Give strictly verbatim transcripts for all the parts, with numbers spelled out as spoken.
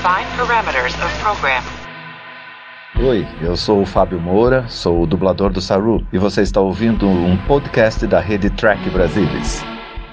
Define parameters of program. Oi, eu sou o Fábio Moura, sou o dublador do Saru e você está ouvindo um podcast da rede Trek Brasilis.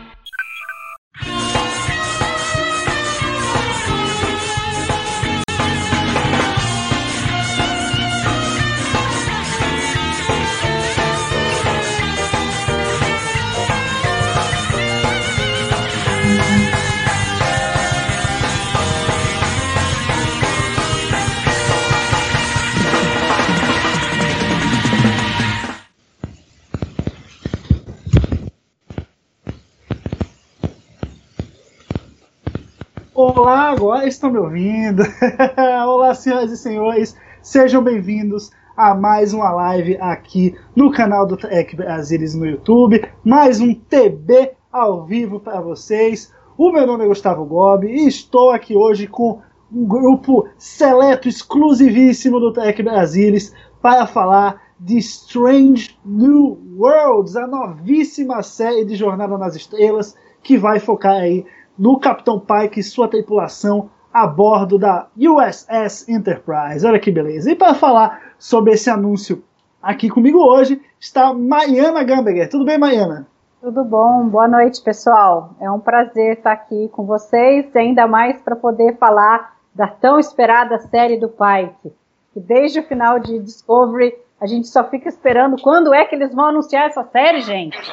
Olá, agora estão me ouvindo? Olá, senhoras e senhores, sejam bem-vindos a mais uma live aqui no canal do Trek Brasilis no YouTube, mais um T B ao vivo para vocês. O meu nome é Gustavo Gobi e estou aqui hoje com um grupo seleto, exclusivíssimo do Trek Brasilis para falar de Strange New Worlds, a novíssima série de Jornada nas Estrelas que vai focar aí no Capitão Pike e sua tripulação a bordo da U S S Enterprise. Olha que beleza. E para falar sobre esse anúncio aqui comigo hoje está Mariana Gamberger. Tudo bem, Mariana? Tudo bom. Boa noite, pessoal. É um prazer estar aqui com vocês, ainda mais para poder falar da tão esperada série do Pike, que desde o final de Discovery a gente só fica esperando quando é que eles vão anunciar essa série, gente.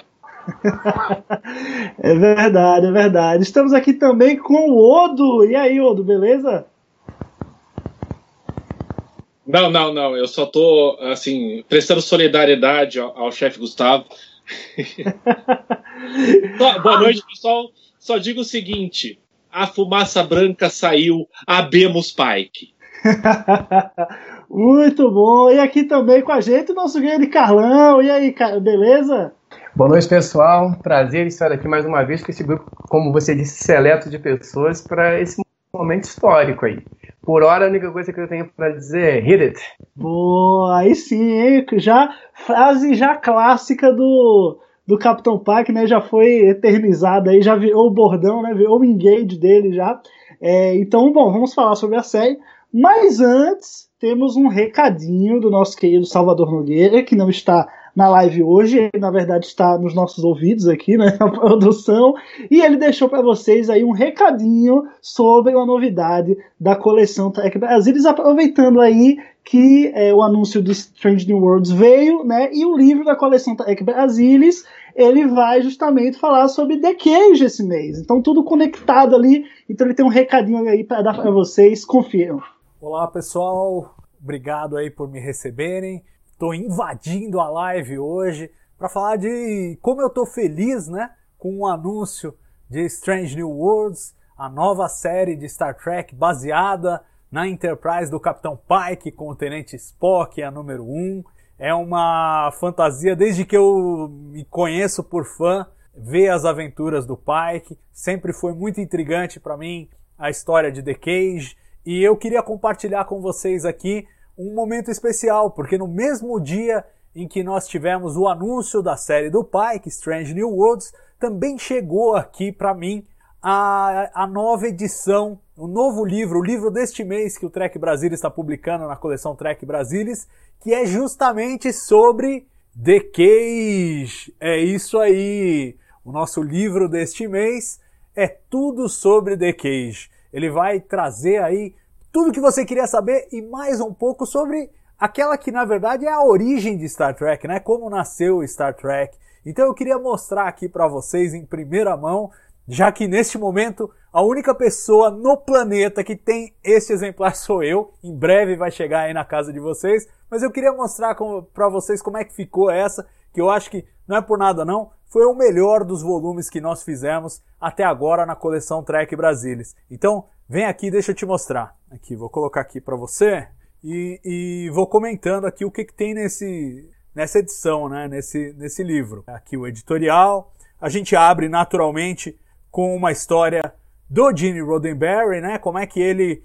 É verdade, é verdade. Estamos aqui também com o Odo. E aí, Odo, beleza? Não, não, não. Eu só tô, assim, prestando solidariedade ao, ao chefe Gustavo. Só, boa noite, pessoal. Só digo o seguinte: a fumaça branca saiu, abemos Pike. Muito bom. E aqui também com a gente o nosso grande Carlão. E aí, beleza? Boa noite, pessoal. Prazer estar aqui mais uma vez com esse grupo, como você disse, seleto de pessoas para esse momento histórico aí. Por hora, a única coisa que eu tenho para dizer é hit it. Boa, aí sim, hein? Já, frase já clássica do, do Capitão Pike, né? Já foi eternizada aí, já virou o bordão, né? Virou o engage dele já. É, então, bom, vamos falar sobre a série. Mas antes, temos um recadinho do nosso querido Salvador Nogueira, que não está na live hoje, ele na verdade está nos nossos ouvidos aqui, né, na produção, e ele deixou para vocês aí um recadinho sobre uma novidade da coleção Trek Brasilis, aproveitando aí que é, o anúncio do Strange New Worlds veio, né, e o livro da coleção Trek Brasilis, ele vai justamente falar sobre The Cage esse mês, então tudo conectado ali, então ele tem um recadinho aí para dar para vocês, confiram. Olá, pessoal, obrigado aí por me receberem. Estou invadindo a live hoje para falar de como eu estou feliz, né, com o anúncio de Strange New Worlds, a nova série de Star Trek baseada na Enterprise do Capitão Pike com o Tenente Spock, a número um. É uma fantasia, desde que eu me conheço por fã, ver as aventuras do Pike. Sempre foi muito intrigante para mim a história de The Cage. E eu queria compartilhar com vocês aqui um momento especial, porque no mesmo dia em que nós tivemos o anúncio da série do Pike, Strange New Worlds, também chegou aqui para mim a, a nova edição, o novo livro, o livro deste mês que o Trek Brasilis está publicando na coleção Trek Brasilis, que é justamente sobre The Cage. É isso aí! O nosso livro deste mês é tudo sobre The Cage. Ele vai trazer aí tudo que você queria saber e mais um pouco sobre aquela que na verdade é a origem de Star Trek, né? Como nasceu Star Trek. Então eu queria mostrar aqui para vocês em primeira mão, já que neste momento a única pessoa no planeta que tem este exemplar sou eu. Em breve vai chegar aí na casa de vocês, mas eu queria mostrar para vocês como é que ficou essa, que eu acho que não é por nada não, foi o melhor dos volumes que nós fizemos até agora na coleção Trek Brasilis. Então, vem aqui, deixa eu te mostrar. Aqui, vou colocar aqui para você e, e vou comentando aqui o que, que tem nesse, nessa edição, né? nesse, nesse livro. Aqui o editorial. A gente abre naturalmente com uma história do Gene Roddenberry, né? Como é que ele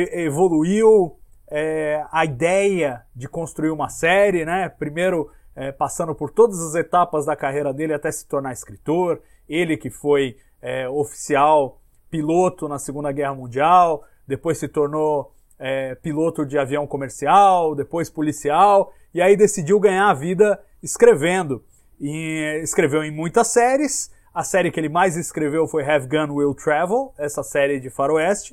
evoluiu é, a ideia de construir uma série, né? Primeiro é, passando por todas as etapas da carreira dele até se tornar escritor. Ele que foi é, oficial piloto na Segunda Guerra Mundial, depois se tornou é, piloto de avião comercial, depois policial, e aí decidiu ganhar a vida escrevendo. E escreveu em muitas séries. A série que ele mais escreveu foi Have Gun Will Travel, essa série de faroeste.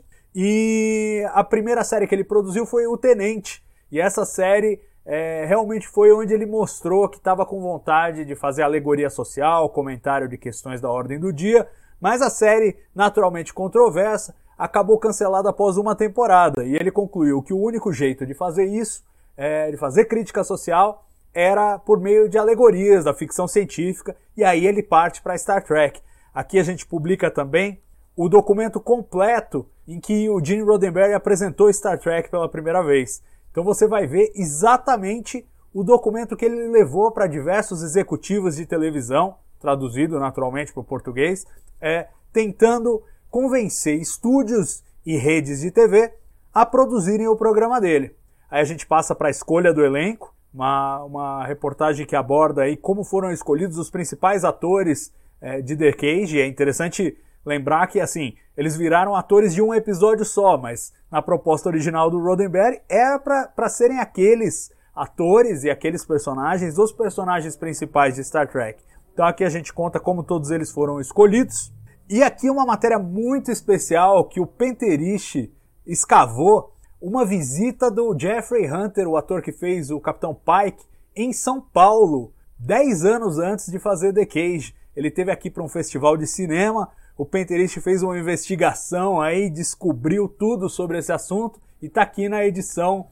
E a primeira série que ele produziu foi O Tenente. E essa série é, realmente foi onde ele mostrou que estava com vontade de fazer alegoria social, comentário de questões da ordem do dia. Mas a série, naturalmente controversa, acabou cancelada após uma temporada. E ele concluiu que o único jeito de fazer isso, é, de fazer crítica social, era por meio de alegorias da ficção científica, e aí ele parte para Star Trek. Aqui a gente publica também o documento completo em que o Gene Roddenberry apresentou Star Trek pela primeira vez. Então você vai ver exatamente o documento que ele levou para diversos executivos de televisão, traduzido naturalmente para o português, é, tentando convencer estúdios e redes de T V a produzirem o programa dele. Aí a gente passa para a escolha do elenco, Uma, uma reportagem que aborda aí como foram escolhidos os principais atores é, de The Cage. É interessante lembrar que, assim, eles viraram atores de um episódio só, mas na proposta original do Roddenberry era para serem aqueles atores e aqueles personagens, os personagens principais de Star Trek. Então aqui a gente conta como todos eles foram escolhidos. E aqui uma matéria muito especial que o Penteriche escavou, uma visita do Jeffrey Hunter, o ator que fez o Capitão Pike, em São Paulo, dez anos antes de fazer The Cage. Ele esteve aqui para um festival de cinema, o Penteriche fez uma investigação aí, descobriu tudo sobre esse assunto e está aqui na edição,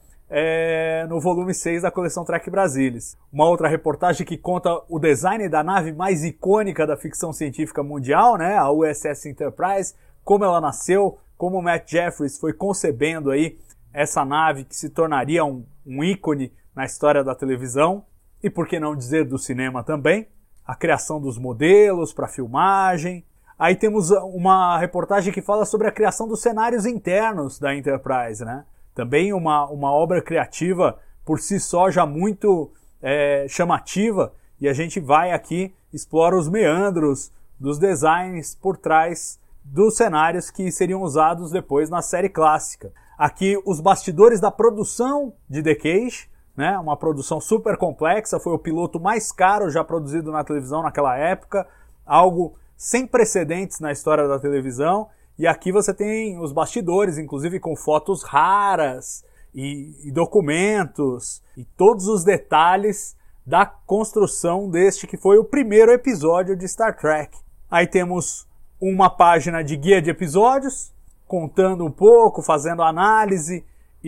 é, no volume seis da coleção Trek Brasilis. Uma outra reportagem que conta o design da nave mais icônica da ficção científica mundial, né, a U S S Enterprise, como ela nasceu, como o Matt Jefferies foi concebendo aí essa nave que se tornaria um, um ícone na história da televisão, e por que não dizer do cinema também, a criação dos modelos para filmagem. Aí temos uma reportagem que fala sobre a criação dos cenários internos da Enterprise, né? Também uma, uma obra criativa por si só já muito é, chamativa, e a gente vai aqui, explora os meandros dos designs por trás dos cenários que seriam usados depois na série clássica. Aqui os bastidores da produção de The Cage, né? Uma produção super complexa, foi o piloto mais caro já produzido na televisão naquela época, algo sem precedentes na história da televisão, e aqui você tem os bastidores, inclusive com fotos raras e, e documentos, e todos os detalhes da construção deste que foi o primeiro episódio de Star Trek. Aí temos uma página de guia de episódios, contando um pouco, fazendo análise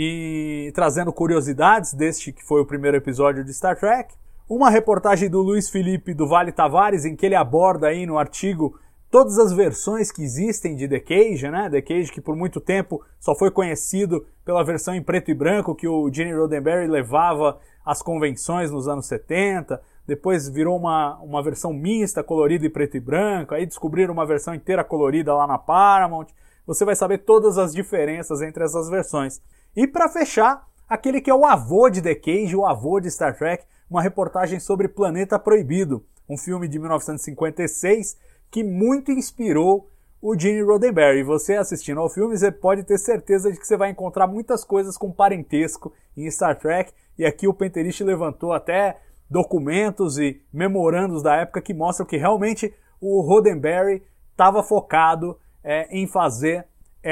e trazendo curiosidades deste que foi o primeiro episódio de Star Trek. Uma reportagem do Luiz Felipe do Vale Tavares, em que ele aborda aí no artigo todas as versões que existem de The Cage, né? The Cage que por muito tempo só foi conhecido pela versão em preto e branco que o Gene Roddenberry levava às convenções nos anos setenta, depois virou uma, uma versão mista, colorida e preto e branco, aí descobriram uma versão inteira colorida lá na Paramount. Você vai saber todas as diferenças entre essas versões. E para fechar, aquele que é o avô de The Cage, o avô de Star Trek, uma reportagem sobre Planeta Proibido, um filme de mil novecentos e cinquenta e seis que muito inspirou o Gene Roddenberry. Você assistindo ao filme, você pode ter certeza de que você vai encontrar muitas coisas com parentesco em Star Trek, e aqui o Penteriche levantou até documentos e memorandos da época que mostram que realmente o Roddenberry estava focado É, em fazer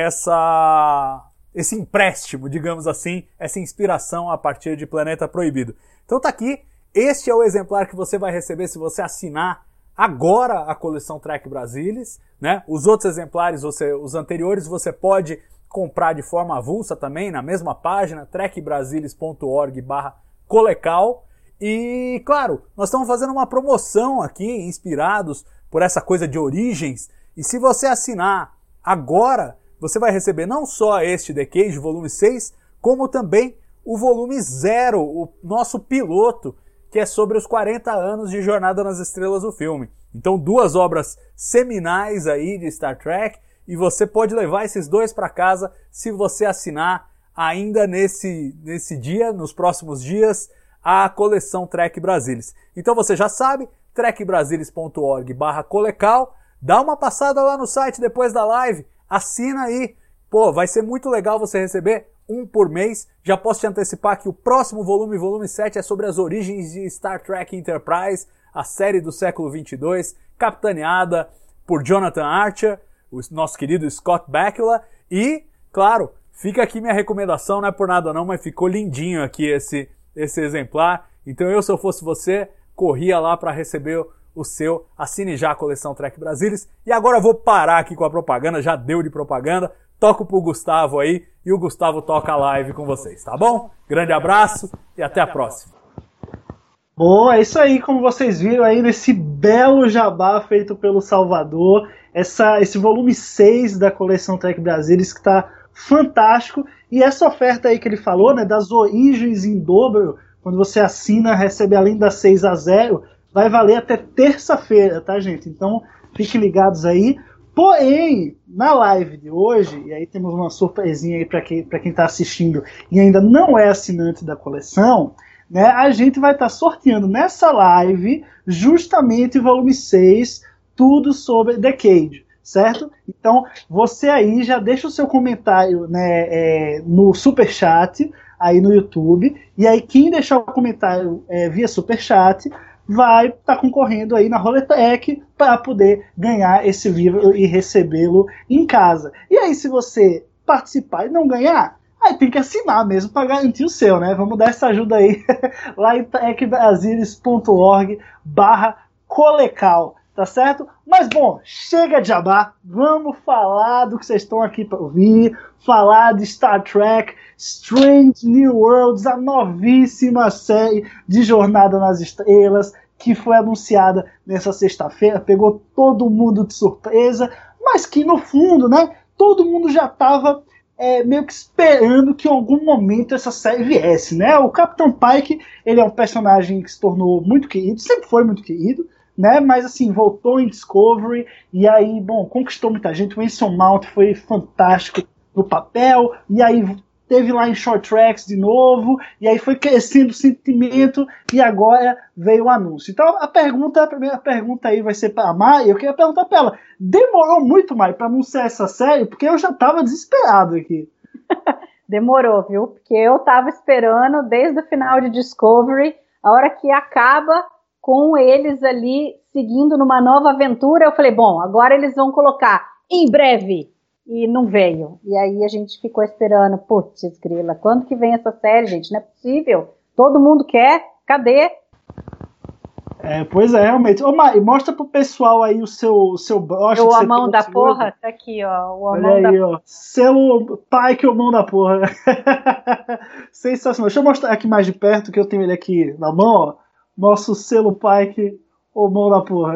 essa, esse empréstimo, digamos assim, essa inspiração a partir de Planeta Proibido. Então tá aqui, este é o exemplar que você vai receber se você assinar agora a coleção Trek Brasilis, né? Os outros exemplares, você, os anteriores, você pode comprar de forma avulsa também, na mesma página, trek brasilis ponto org barra colecal. E, claro, nós estamos fazendo uma promoção aqui, inspirados por essa coisa de origens. E se você assinar agora, você vai receber não só este The Cage, volume seis, como também o volume zero, o nosso piloto, que é sobre os quarenta anos de Jornada nas Estrelas do filme. Então, duas obras seminais aí de Star Trek, e você pode levar esses dois para casa se você assinar ainda nesse, nesse dia, nos próximos dias, a coleção Trek Brasilis. Então você já sabe, trek brasilis ponto org barra colecal. Dá uma passada lá no site depois da live, assina aí, pô, vai ser muito legal você receber um por mês. Já posso te antecipar que o próximo volume, volume sete, é sobre as origens de Star Trek Enterprise, a série do século vinte e dois, capitaneada por Jonathan Archer, o nosso querido Scott Bakula, e, claro, fica aqui minha recomendação, não é por nada não, mas ficou lindinho aqui esse, esse exemplar. Então eu, se eu fosse você, corria lá para receber o seu. Assine já a coleção Trek Brasilis. E agora eu vou parar aqui com a propaganda, já deu de propaganda. Toco pro Gustavo aí e o Gustavo toca a live com vocês, tá bom? Grande abraço e até a próxima. Bom, é isso aí, como vocês viram aí nesse belo jabá feito pelo Salvador, essa, esse volume seis da coleção Trek Brasilis que está fantástico, e essa oferta aí que ele falou, né, das origens em dobro, quando você assina, recebe além das seis a zero, vai valer até terça-feira, tá, gente? Então, fiquem ligados aí. Porém, na live de hoje, e aí temos uma surpresinha aí para quem para quem está assistindo e ainda não é assinante da coleção, né, a gente vai estar tá sorteando nessa live justamente o volume seis, tudo sobre Decade, certo? Então, você aí já deixa o seu comentário, né, é, no Superchat, aí no YouTube, e aí quem deixar o comentário é, via Superchat vai estar tá concorrendo aí na Roletec para poder ganhar esse livro e recebê-lo em casa. E aí, se você participar e não ganhar, aí tem que assinar mesmo para garantir o seu, né? Vamos dar essa ajuda aí lá em trekbrasilis ponto org barra colecal, tá certo? Mas bom, chega de jabá, vamos falar do que vocês estão aqui para ouvir, falar de Star Trek Strange New Worlds, a novíssima série de Jornada nas Estrelas, que foi anunciada nessa sexta-feira, pegou todo mundo de surpresa, mas que no fundo, né, todo mundo já estava é, meio que esperando que em algum momento essa série viesse, né? O Capitão Pike, ele é um personagem que se tornou muito querido, sempre foi muito querido, né? Mas assim, voltou em Discovery e aí, bom, conquistou muita gente. O Anson Mount foi fantástico no papel, e aí teve lá em Short Tracks de novo, e aí foi crescendo o sentimento, e agora veio o anúncio. Então a pergunta, a primeira pergunta aí vai ser para a Mai. Eu queria perguntar para ela, demorou muito, Mai, para anunciar essa série? Porque eu já estava desesperado aqui. Demorou, viu? Porque eu estava esperando desde o final de Discovery, a hora que acaba com eles ali seguindo numa nova aventura, eu falei, bom, agora eles vão colocar em breve. E não veio. E aí a gente ficou esperando, putz, grila, quando que vem essa série, gente? Não é possível. Todo mundo quer. Cadê? É, pois é, realmente. Ô, Mari, mostra pro pessoal aí o seu, o seu broche. O a mão da porra? Tá aqui, ó. O a Olha mão aí, da... ó. Selo Pike, o mão da porra. Sensacional. Deixa eu mostrar aqui mais de perto, que eu tenho ele aqui na mão, ó. Nosso selo Pike, o mão da porra.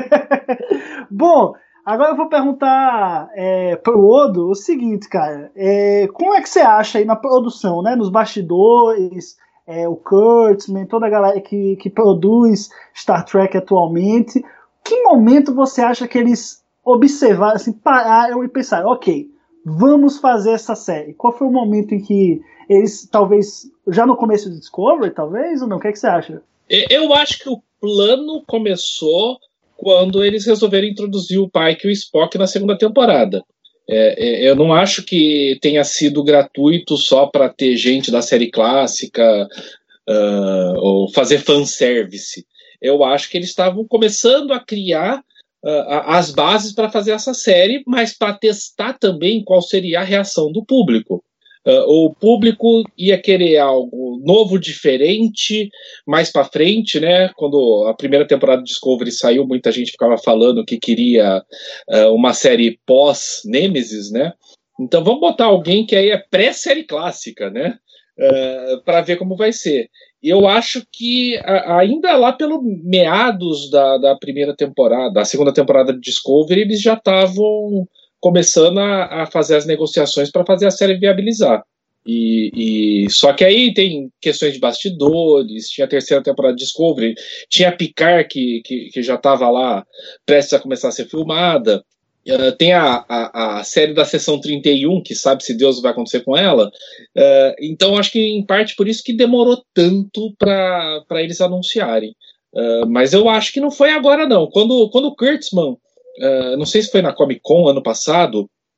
Bom, agora eu vou perguntar é, pro Odo o seguinte, cara. É, como é que você acha aí na produção, né? Nos bastidores, é, o Kurtzman, toda a galera que, que produz Star Trek atualmente. Que momento você acha que eles observaram, assim, pararam e pensaram, ok, vamos fazer essa série? Qual foi o momento em que eles, talvez, já no começo de Discovery, talvez, ou não? O que é que você acha? Eu acho que o plano começou quando eles resolveram introduzir o Pike e o Spock na segunda temporada. É, é, eu não acho que tenha sido gratuito só para ter gente da série clássica uh, ou fazer fanservice. Eu acho que eles estavam começando a criar uh, as bases para fazer essa série, mas para testar também qual seria a reação do público. Uh, o público ia querer algo novo, diferente, mais para frente, né? Quando a primeira temporada de Discovery saiu, muita gente ficava falando que queria uh, uma série pós-Nemesis, né? Então vamos botar alguém que aí é pré-série clássica, né? Uh, para ver como vai ser. Eu acho que a, ainda lá pelo meados da, da primeira temporada, da segunda temporada de Discovery, eles já estavam começando a, a fazer as negociações para fazer a série viabilizar. E, e, só que aí tem questões de bastidores, tinha a terceira temporada de Discovery, tinha a Picard que, que, que já estava lá prestes a começar a ser filmada, uh, tem a, a, a série da Seção trinta e um, que sabe se Deus vai acontecer com ela, uh, então acho que em parte por isso que demorou tanto para eles anunciarem. Uh, mas eu acho que não foi agora não, quando, quando o Kurtzman, Uh, não sei se foi na Comic Con ano passado,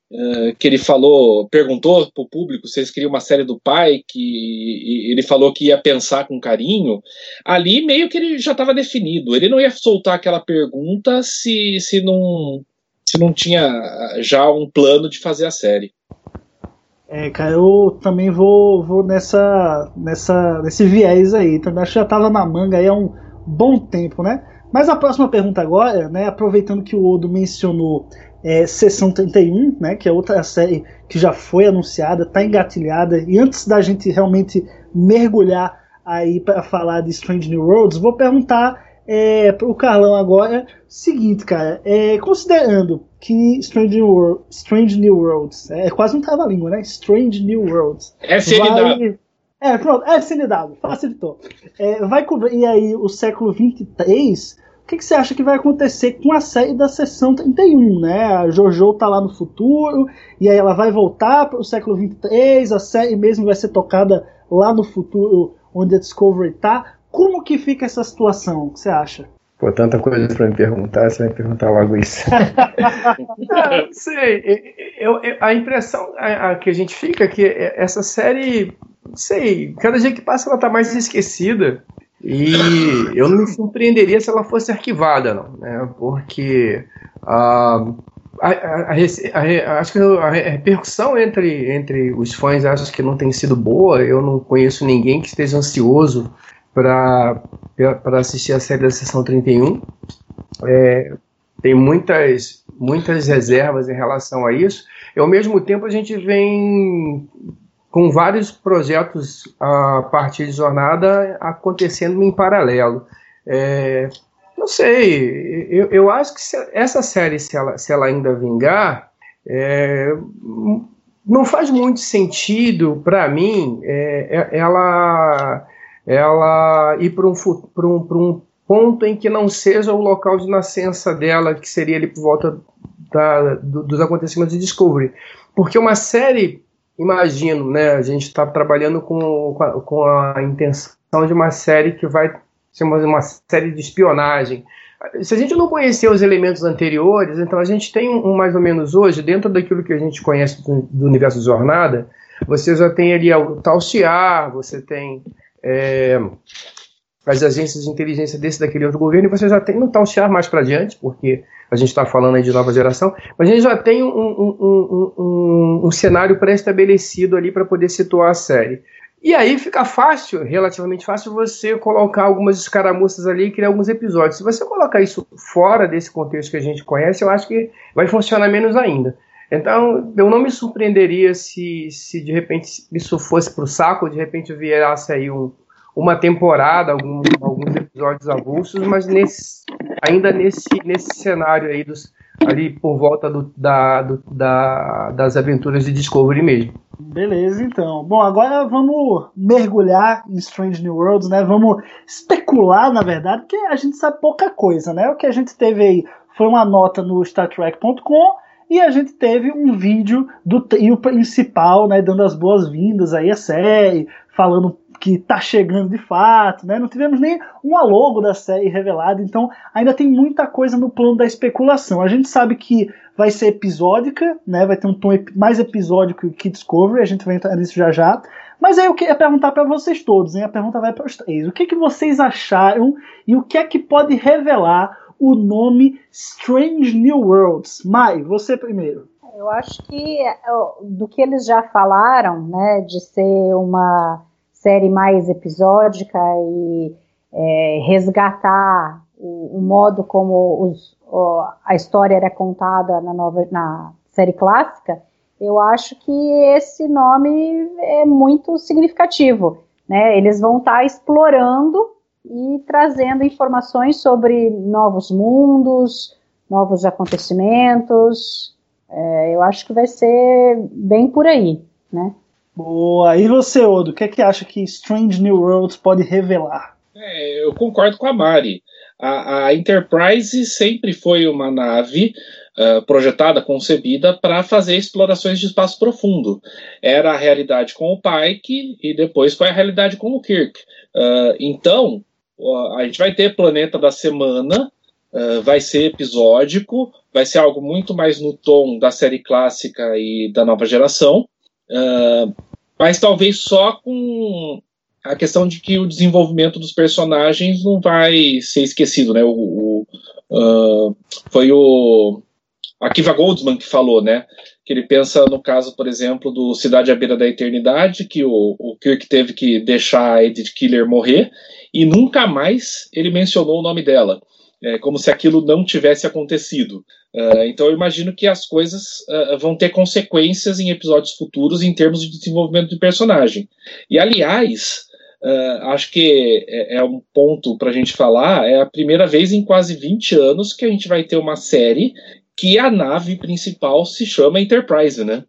uh, que ele falou, perguntou para o público se eles queriam uma série do pai, que ele falou que ia pensar com carinho, ali meio que ele já estava definido. Ele não ia soltar aquela pergunta se, se, não, se não tinha já um plano de fazer a série. É, cara, eu também vou, vou nessa, nessa, nesse viés aí. Também acho que já estava na manga aí há um bom tempo, né? Mas a próxima pergunta agora, né, aproveitando que o Odo mencionou é, Seção trinta e um, né, que é outra série que já foi anunciada, está engatilhada, e antes da gente realmente mergulhar aí para falar de Strange New Worlds, vou perguntar é, para o Carlão agora o seguinte, cara, é, considerando que Strange New, World, Strange New Worlds, é quase um trava-língua, né, Strange New Worlds, S N W. Vai... É, pronto, é S N W, facilitou. É, vai cobrir aí o século vinte e três. O que, que você acha que vai acontecer com a série da Seção trinta e um, né? A JoJo tá lá no futuro, e aí ela vai voltar para o século vinte e três, a série mesmo vai ser tocada lá no futuro, onde a Discovery tá. Como que fica essa situação? O que você acha? Pô, tanta coisa pra me perguntar, você vai perguntar logo isso. Não, não sei, eu, eu, a impressão a, a que a gente fica é que essa série, não sei, cada dia que passa ela tá mais esquecida, e eu não me surpreenderia se ela fosse arquivada, não, né, porque uh, a, a, a, a, acho que a repercussão entre, entre os fãs acho que não tem sido boa. Eu não conheço ninguém que esteja ansioso para assistir a série da Seção trinta e um. É, tem muitas, muitas reservas em relação a isso, e ao mesmo tempo a gente vem com vários projetos a partir de Jornada acontecendo em paralelo. É, não sei, eu, eu acho que se, essa série, se ela, se ela ainda vingar, é, não faz muito sentido para mim é, ela... ela ir para um, um, um ponto em que não seja o local de nascença dela, que seria ali por volta da, do, dos acontecimentos de Discovery. Porque uma série, imagino, né, a gente está trabalhando com, com, a, com a intenção de uma série que vai ser uma, uma série de espionagem. Se a gente não conhecer os elementos anteriores, então a gente tem um, um mais ou menos hoje, dentro daquilo que a gente conhece do, do universo de Jornada, você já tem ali o Tal Shiar, você tem... É, as agências de inteligência desse daquele outro governo, e você já tem, não está um char mais para adiante, porque a gente está falando aí de nova geração, mas a gente já tem um, um, um, um, um cenário pré-estabelecido ali para poder situar a série. E aí fica fácil, relativamente fácil, você colocar algumas escaramuças ali e criar alguns episódios. Se você colocar isso fora desse contexto que a gente conhece, eu acho que vai funcionar menos ainda. Então, eu não me surpreenderia se, se de repente isso fosse para o saco, de repente viesse aí um, uma temporada, algum, alguns episódios avulsos, mas nesse, ainda nesse, nesse cenário aí, dos, ali por volta do, da, do, da, das aventuras de Discovery mesmo. Beleza, então. Bom, agora vamos mergulhar em Strange New Worlds, né? Vamos especular, na verdade, porque a gente sabe pouca coisa, né? O que a gente teve aí foi uma nota no Star Trek ponto com, e a gente teve um vídeo do trio principal, né, dando as boas-vindas aí à série, falando que tá chegando de fato, né? Não tivemos nem uma logo da série revelada, então ainda tem muita coisa no plano da especulação. A gente sabe que vai ser episódica, né? Vai ter um tom mais episódico que Discovery, a gente vai entrar nisso já já. Mas aí eu queria perguntar para vocês todos, hein? A pergunta vai para os três. O que, que vocês acharam e o que é que pode revelar o nome Strange New Worlds? Mai, você primeiro. Eu acho que do que eles já falaram, né, de ser uma série mais episódica e é, resgatar o, o modo como os, o, a história era contada na, nova, na série clássica, eu acho que esse nome é muito significativo, né? Eles vão estar explorando e trazendo informações sobre novos mundos, novos acontecimentos. É, eu acho que vai ser bem por aí, né? Boa. E você, Odo, o que é que acha que Strange New Worlds pode revelar? É, eu concordo com a Mari. A, a Enterprise sempre foi uma nave uh, projetada, concebida para fazer explorações de espaço profundo. Era a realidade com o Pike e depois foi a realidade com o Kirk. Uh, então, a gente vai ter Planeta da Semana uh, vai ser episódico, vai ser algo muito mais no tom da série clássica e da nova geração, uh, mas talvez só com a questão de que o desenvolvimento dos personagens não vai ser esquecido, né? O, o, uh, foi o Akiva Goldsman que falou, né? Que ele pensa no caso, por exemplo, do Cidade à Beira da Eternidade, que o, o Kirk teve que deixar a Edith Keeler morrer, e nunca mais ele mencionou o nome dela, é, como se aquilo não tivesse acontecido. Uh, então eu imagino que as coisas uh, vão ter consequências em episódios futuros em termos de desenvolvimento de personagem. E, aliás, uh, acho que é, é um ponto para a gente falar, é a primeira vez em quase vinte anos que a gente vai ter uma série que a nave principal se chama Enterprise, né?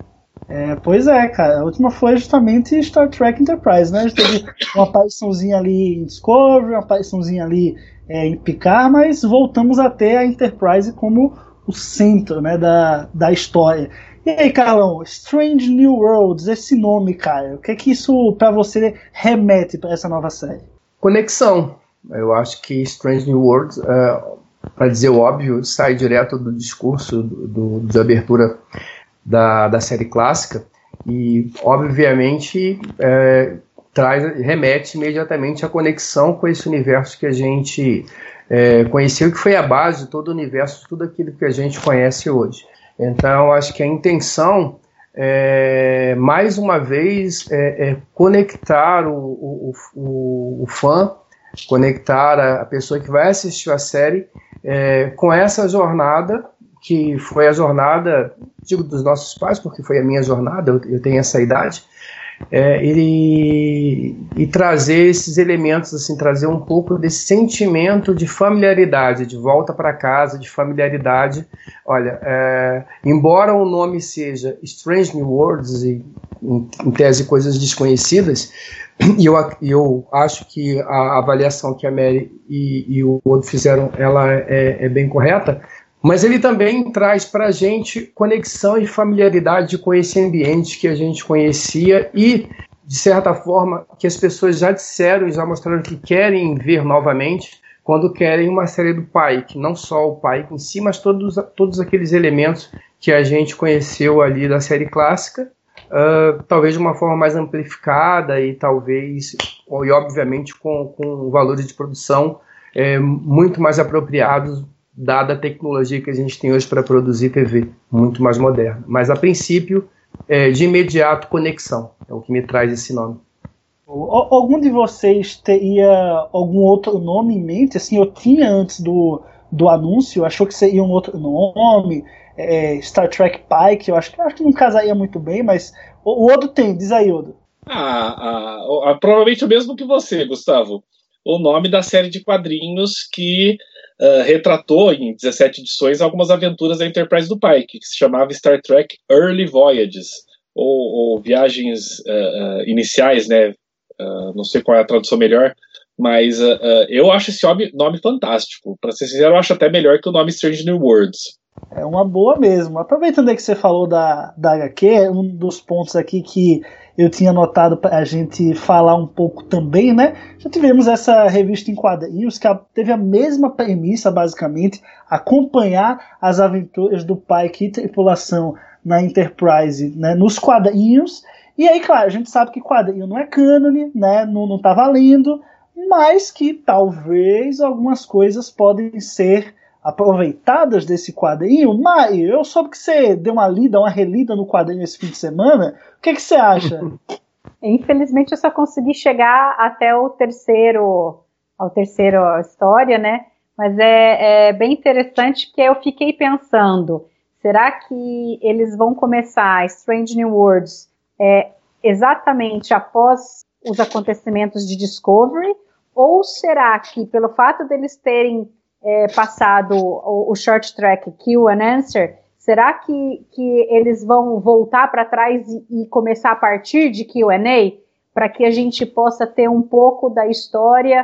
É, pois é, cara. A última foi justamente Star Trek Enterprise, né? A gente teve uma apariçãozinha ali em Discovery, uma apariçãozinha ali é, em Picard, mas voltamos a ter a Enterprise como o centro, né, da, da história. E aí, Carlão, Strange New Worlds, esse nome, cara, o que é que isso pra você remete para essa nova série? Conexão. Eu acho que Strange New Worlds, uh, para dizer o óbvio, sai direto do discurso do, do, de abertura da, da série clássica e, obviamente, é, traz, remete imediatamente à conexão com esse universo que a gente é, conheceu, que foi a base de todo o universo, tudo aquilo que a gente conhece hoje. Então, acho que a intenção, é, mais uma vez, é, é conectar o, o, o, o fã, conectar a, a pessoa que vai assistir a série é, com essa jornada, que foi a jornada, digo, dos nossos pais, porque foi a minha jornada, eu, eu tenho essa idade, é, e, e trazer esses elementos, assim, trazer um pouco desse sentimento de familiaridade, de volta para casa, de familiaridade. Olha, é, embora o nome seja Strange New Worlds, e, em, em tese coisas desconhecidas, e eu, eu acho que a avaliação que a Mary e, e o Odo fizeram, ela é, é bem correta, mas ele também traz para a gente conexão e familiaridade com esse ambiente que a gente conhecia e, de certa forma, que as pessoas já disseram e já mostraram que querem ver novamente quando querem uma série do Pike, não só o Pike em si, mas todos, todos aqueles elementos que a gente conheceu ali da série clássica, uh, talvez de uma forma mais amplificada e talvez, e obviamente com, com valores de produção é, muito mais apropriados, dada a tecnologia que a gente tem hoje para produzir T V, muito mais moderna. Mas, a princípio, é, de imediato, conexão. É o que me traz esse nome. Algum de vocês teria algum outro nome em mente? Assim, eu tinha antes do, do anúncio, achou que seria um outro nome, é, Star Trek Pike, eu acho, eu acho que não casaria muito bem, mas o, o Odo tem, diz aí, Odo. Ah, ah, ah, provavelmente o mesmo que você, Gustavo. O nome da série de quadrinhos que Uh, retratou em dezessete edições algumas aventuras da Enterprise do Pike, que se chamava Star Trek Early Voyages, ou, ou Viagens uh, uh, Iniciais, né? Uh, não sei qual é a tradução melhor, mas uh, uh, eu acho esse nome, nome fantástico. Para ser sincero, eu acho até melhor que o nome Strange New Worlds. É uma boa mesmo. Aproveitando aí que você falou da, da H Q, um dos pontos aqui que eu tinha notado para a gente falar um pouco também, né? Já tivemos essa revista em quadrinhos que teve a mesma premissa, basicamente, acompanhar as aventuras do Pike e tripulação na Enterprise, né, nos quadrinhos. E aí, claro, a gente sabe que quadrinho não é cânone, né? Não, não tá valendo, mas que talvez algumas coisas podem ser aproveitadas desse quadrinho. Mário, eu soube que você deu uma lida, uma relida no quadrinho esse fim de semana. O que, que você acha? Infelizmente eu só consegui chegar até o terceiro, ao terceiro história, né? Mas é, é bem interessante porque eu fiquei pensando, será que eles vão começar Strange New Worlds é, exatamente após os acontecimentos de Discovery? Ou será que pelo fato deles terem É, passado o, o short track Q and Answer, será que, que eles vão voltar para trás e, e começar a partir de Q and A para que a gente possa ter um pouco da história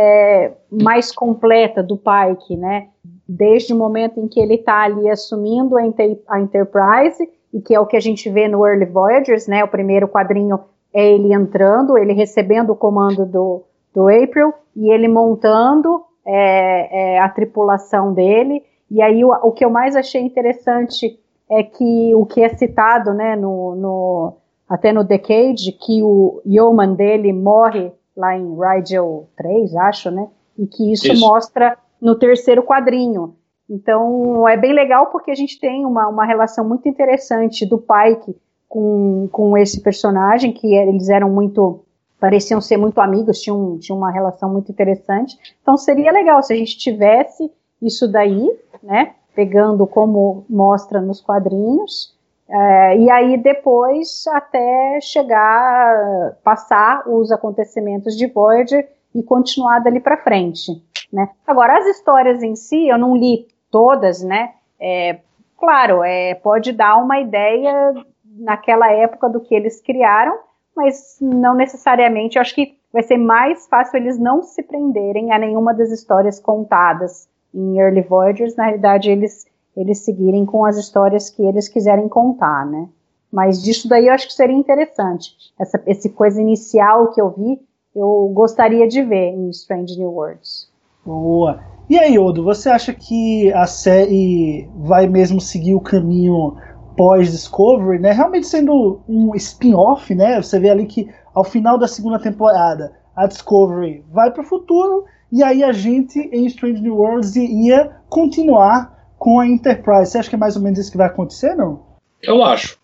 é, mais completa do Pike, né? Desde o momento em que ele está ali assumindo a, Inter, a Enterprise, e que é o que a gente vê no Early Voyagers, né? O primeiro quadrinho é ele entrando, ele recebendo o comando do, do April, e ele montando é, é, a tripulação dele. E aí o, o que eu mais achei interessante é que o que é citado, né, no, no, até no Decade, que o Yeoman dele morre lá em Rigel três, acho, né, e que isso, isso. mostra no terceiro quadrinho. Então é bem legal porque a gente tem uma, uma relação muito interessante do Pike com, com esse personagem, que eles eram muito, pareciam ser muito amigos, tinham, tinham uma relação muito interessante. Então seria legal se a gente tivesse isso daí, né, pegando como mostra nos quadrinhos, é, e aí depois até chegar, passar os acontecimentos de Voyager e continuar dali para frente, né. Agora, as histórias em si, eu não li todas, né, é, claro, é, pode dar uma ideia naquela época do que eles criaram, mas não necessariamente, eu acho que vai ser mais fácil eles não se prenderem a nenhuma das histórias contadas em Early Voyagers, na realidade eles, eles seguirem com as histórias que eles quiserem contar, né? Mas disso daí eu acho que seria interessante. Essa, essa coisa inicial que eu vi, eu gostaria de ver em Strange New Worlds. Boa. E aí, Odo, você acha que a série vai mesmo seguir o caminho pós-Discovery, né? Realmente sendo um spin-off, né? Você vê ali que ao final da segunda temporada, a Discovery vai para o futuro, e aí a gente, em Strange New Worlds, ia continuar com a Enterprise. Você acha que é mais ou menos isso que vai acontecer, não? Eu acho.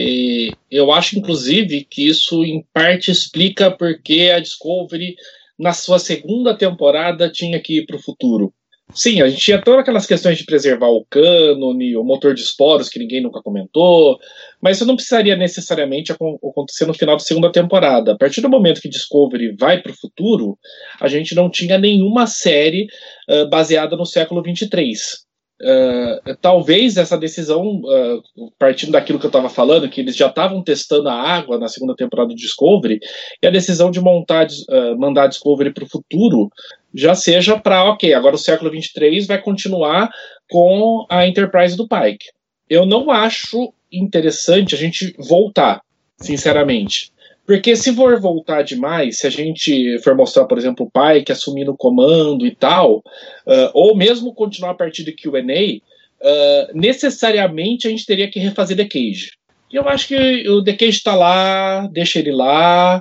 E eu acho, inclusive, que isso, em parte, explica porque a Discovery, na sua segunda temporada, tinha que ir para o futuro. Sim, a gente tinha todas aquelas questões de preservar o cânone, o motor de esporos, que ninguém nunca comentou, mas isso não precisaria necessariamente acontecer no final da segunda temporada. A partir do momento que Discovery vai para o futuro, a gente não tinha nenhuma série uh, baseada no século vinte e três. Uh, talvez essa decisão, uh, partindo daquilo que eu estava falando, que eles já estavam testando a água na segunda temporada de Discovery, e a decisão de montar, uh, mandar a Discovery para o futuro já seja para, ok, agora o século vinte e três vai continuar com a Enterprise do Pike. Eu não acho interessante a gente voltar, sinceramente. Porque se for voltar demais, se a gente for mostrar, por exemplo, o Pike assumindo o comando e tal, uh, ou mesmo continuar a partir do Q and A, uh, necessariamente a gente teria que refazer The Cage. E eu acho que o The Cage está lá, deixa ele lá,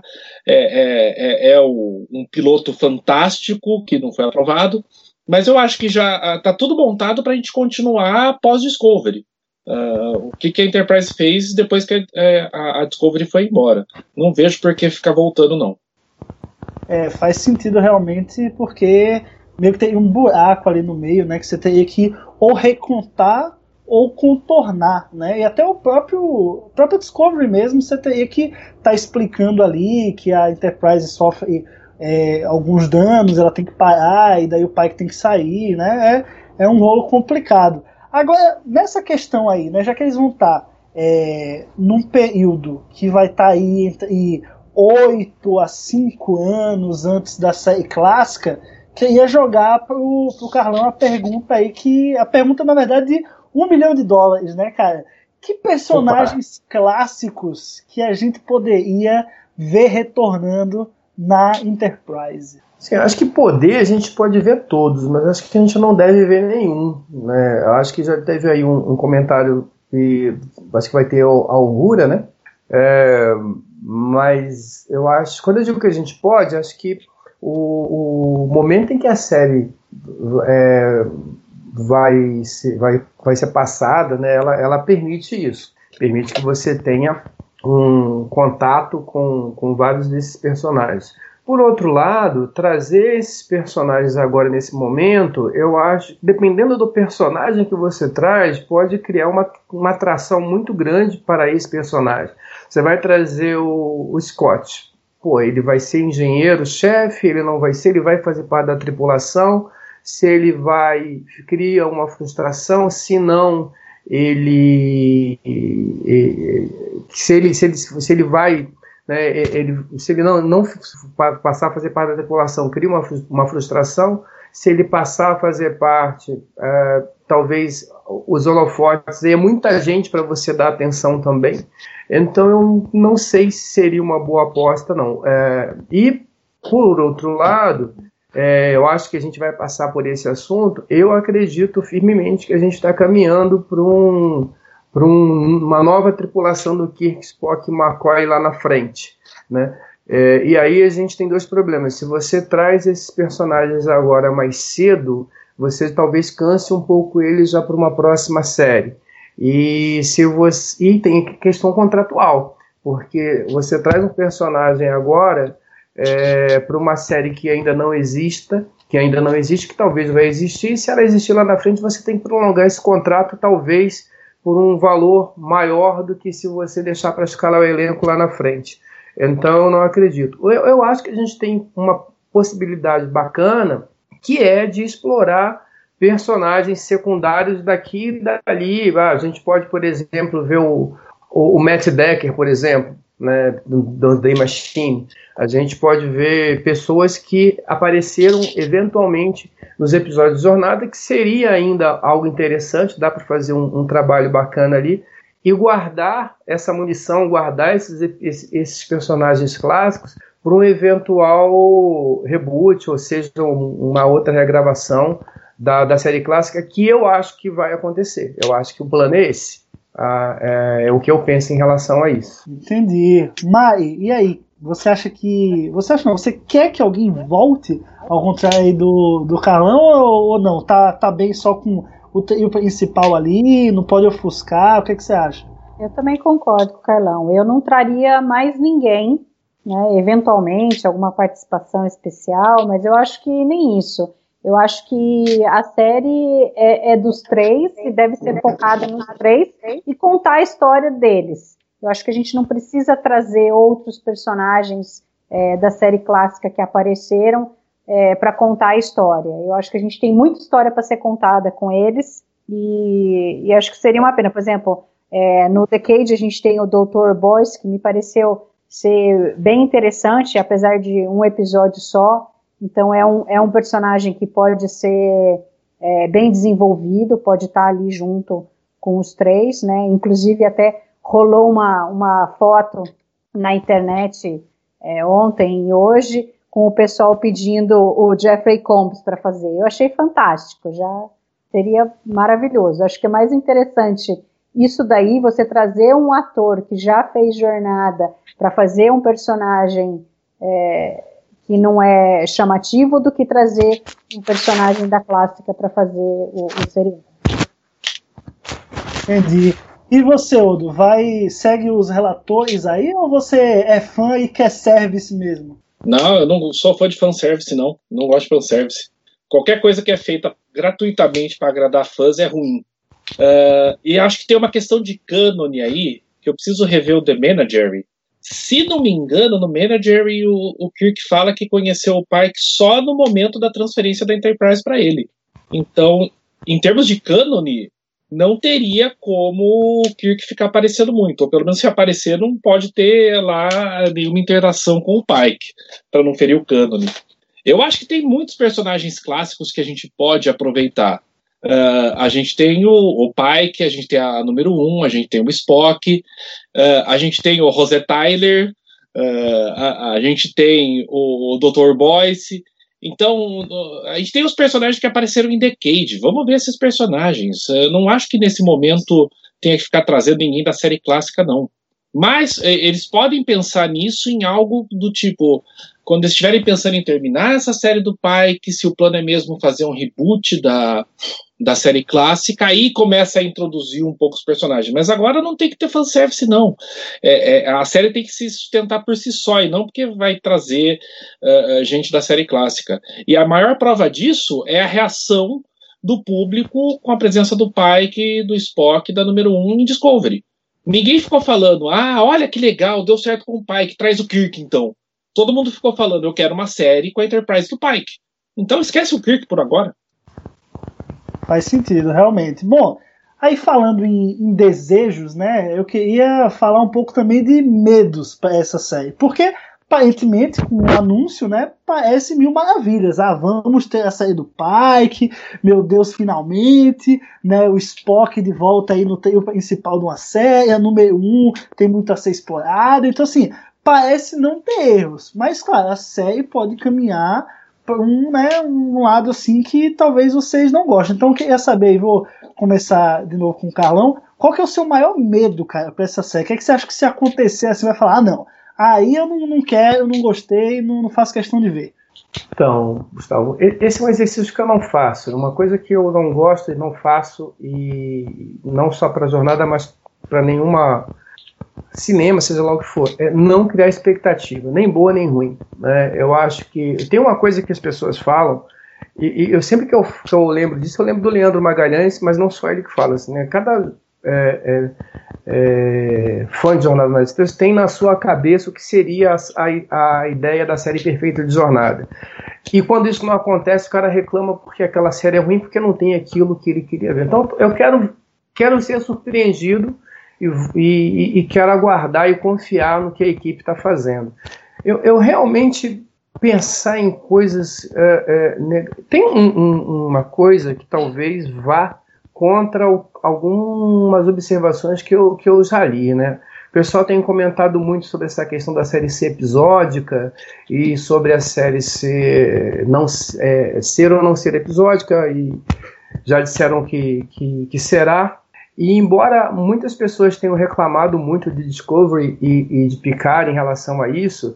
é, é, é o, um piloto fantástico que não foi aprovado, mas eu acho que já está tudo montado para a gente continuar pós-Discovery. Uh, o que, que a Enterprise fez depois que é, a, a Discovery foi embora. Não vejo por que ficar voltando, não. É, faz sentido realmente, porque meio que tem um buraco ali no meio, né, que você teria que ou recontar ou contornar, né? E até o próprio, o próprio Discovery mesmo, você teria que estar tá explicando ali que a Enterprise sofre é, alguns danos, ela tem que parar, e daí o Pike tem que sair, né? É, é um rolo complicado. Agora, nessa questão aí, né, já que eles vão estar tá, é, num período que vai estar tá aí entre oito a cinco anos antes da série clássica, queria jogar pro, pro Carlão a pergunta aí, que a pergunta, na verdade, de um milhão de dólares, né, cara? Que personagens Opa. clássicos que a gente poderia ver retornando na Enterprise? Sim, acho que poder a gente pode ver todos, mas acho que a gente não deve ver nenhum, né? Acho que já teve aí um, um comentário que acho que vai ter a Augura, né? É, mas eu acho, quando eu digo que a gente pode, acho que o, o momento em que a série é, vai, ser, vai, vai ser passada, né? Ela, ela permite isso, permite que você tenha um contato com, com vários desses personagens. Por outro lado, trazer esses personagens agora nesse momento, eu acho, dependendo do personagem que você traz, pode criar uma, uma atração muito grande para esse personagem. Você vai trazer o, o Scott, pô, ele vai ser engenheiro-chefe, ele não vai ser, ele vai fazer parte da tripulação, se ele vai, cria uma frustração, se não, ele, ele se ele, se ele, se ele vai... Né, ele, se ele não, não passar a fazer parte da tripulação, cria uma, uma frustração. Se ele passar a fazer parte, uh, talvez os holofotes, é muita gente para você dar atenção também. Então eu não sei se seria uma boa aposta, não. Uh, e, por outro lado, é, eu acho que a gente vai passar por esse assunto. Eu acredito firmemente que a gente está caminhando para um, para um, uma nova tripulação do Kirk, Spock e McCoy lá na frente, né? É, e aí a gente tem dois problemas. Se você traz esses personagens agora mais cedo, você talvez canse um pouco eles já para uma próxima série. E, se você, e tem questão contratual, porque você traz um personagem agora é, para uma série que ainda não exista, que ainda não existe, que talvez vai existir, e se ela existir lá na frente, você tem que prolongar esse contrato, talvez por um valor maior do que se você deixar para escalar o elenco lá na frente. Então, eu não acredito. Eu, eu acho que a gente tem uma possibilidade bacana, que é de explorar personagens secundários daqui e dali. Ah, a gente pode, por exemplo, ver o, o, o Matt Decker, por exemplo, né, do, do The Machine. A gente pode ver pessoas que apareceram eventualmente nos episódios de Jornada, que seria ainda algo interessante, dá para fazer um, um trabalho bacana ali, e guardar essa munição, guardar esses, esses, esses personagens clássicos para um eventual reboot, ou seja, um, uma outra regravação da, da série clássica, que eu acho que vai acontecer. Eu acho que o plano é esse. Ah, é, é o que eu penso em relação a isso. Entendi. Mai, e aí? Você acha que... Você acha não? Você quer que alguém volte ao contrário aí do, do Carlão ou, ou não? Tá, tá bem só com o trio principal ali, não pode ofuscar? O que, é que você acha? Eu também concordo com o Carlão. Eu não traria mais ninguém, né, eventualmente, alguma participação especial, mas eu acho que nem isso. Eu acho que a série é, é dos três e deve ser focada nos três e contar a história deles. Eu acho que a gente não precisa trazer outros personagens é, da série clássica que apareceram é, para contar a história. Eu acho que a gente tem muita história para ser contada com eles e, e acho que seria uma pena. Por exemplo, é, no The Cage a gente tem o doutor Boyce, que me pareceu ser bem interessante, apesar de um episódio só. Então é um, é um personagem que pode ser é, bem desenvolvido, pode estar ali junto com os três, né? Inclusive até rolou uma, uma foto na internet é, ontem e hoje com o pessoal pedindo o Jeffrey Combs para fazer. Eu achei fantástico, já seria maravilhoso. Acho que é mais interessante isso daí, você trazer um ator que já fez Jornada para fazer um personagem é, que não é chamativo, do que trazer um personagem da clássica para fazer o, o seriado. Entendi. E você, Odo, vai, segue os relatores aí ou você é fã e quer service mesmo? Não, eu não sou fã de fanservice, não. Não gosto de fanservice. Qualquer coisa que é feita gratuitamente para agradar fãs é ruim. Uh, e acho que tem uma questão de cânone aí, que eu preciso rever o The Menagerie. Se não me engano, no Menagerie o, o Kirk fala que conheceu o Pike só no momento da transferência da Enterprise para ele. Então, em termos de cânone, não teria como o Kirk ficar aparecendo muito, ou pelo menos se aparecer não pode ter lá nenhuma interação com o Pike, para não ferir o cânone. Eu acho que tem muitos personagens clássicos que a gente pode aproveitar. Uh, a gente tem o, o Pike, a gente tem a número um, a gente tem o Spock, uh, a gente tem o Rose Tyler, uh, a, a gente tem o, o doutor Boyce. Então, a gente tem os personagens que apareceram em The Cage. Vamos ver esses personagens. Eu não acho que nesse momento tenha que ficar trazendo ninguém da série clássica, não. Mas eles podem pensar nisso em algo do tipo, quando eles estiverem pensando em terminar essa série do Pike, se o plano é mesmo fazer um reboot da, da série clássica, aí começa a introduzir um pouco os personagens. Mas agora não tem que ter fanservice, não. É, é, a série tem que se sustentar por si só, e não porque vai trazer uh, gente da série clássica. E a maior prova disso é a reação do público com a presença do Pike, do Spock, da número um em Discovery. Ninguém ficou falando, ah, olha que legal, deu certo com o Pike, traz o Kirk então. Todo mundo ficou falando, eu quero uma série com a Enterprise do Pike. Então esquece o Kirk por agora. Faz sentido, realmente. Bom, aí falando em, em desejos, né, eu queria falar um pouco também de medos para essa série. Porque, aparentemente, com o anúncio, né, parece mil maravilhas. Ah, vamos ter a série do Pike, meu Deus, finalmente, né, o Spock de volta aí no trio principal de uma série, a número um, tem muito a ser explorado. Então, assim, parece não ter erros. Mas, claro, a série pode caminhar um, né, um lado assim que talvez vocês não gostem. Então eu queria saber, e vou começar de novo com o Carlão, qual que é o seu maior medo, cara, pra essa série? O que, é que você acha que se acontecer, você vai falar, ah, não, aí eu não, não quero, eu não gostei, não, não faço questão de ver. Então, Gustavo, esse é um exercício que eu não faço, uma coisa que eu não gosto e não faço, e não só para a jornada, mas para nenhuma cinema, seja lá o que for, é não criar expectativa, nem boa nem ruim, né? Eu acho que tem uma coisa que as pessoas falam, e, e eu sempre que eu, que eu lembro disso, eu lembro do Leandro Magalhães, mas não só ele que fala assim, né? Cada é, é, é, fã de Jornada nas Estrelas tem na sua cabeça o que seria a, a ideia da série perfeita de Jornada. E quando isso não acontece, o cara reclama porque aquela série é ruim, porque não tem aquilo que ele queria ver. Então eu quero, quero ser surpreendido e, e, e quero aguardar e confiar no que a equipe está fazendo. Eu, eu realmente pensar em coisas... É, é, neg... Tem um, um, uma coisa que talvez vá contra o, algumas observações que eu, que eu já li, né? O pessoal tem comentado muito sobre essa questão da série ser episódica e sobre a série ser, não, é, ser ou não ser episódica, e já disseram que, que, que será. E embora muitas pessoas tenham reclamado muito de Discovery e, e de Picard em relação a isso,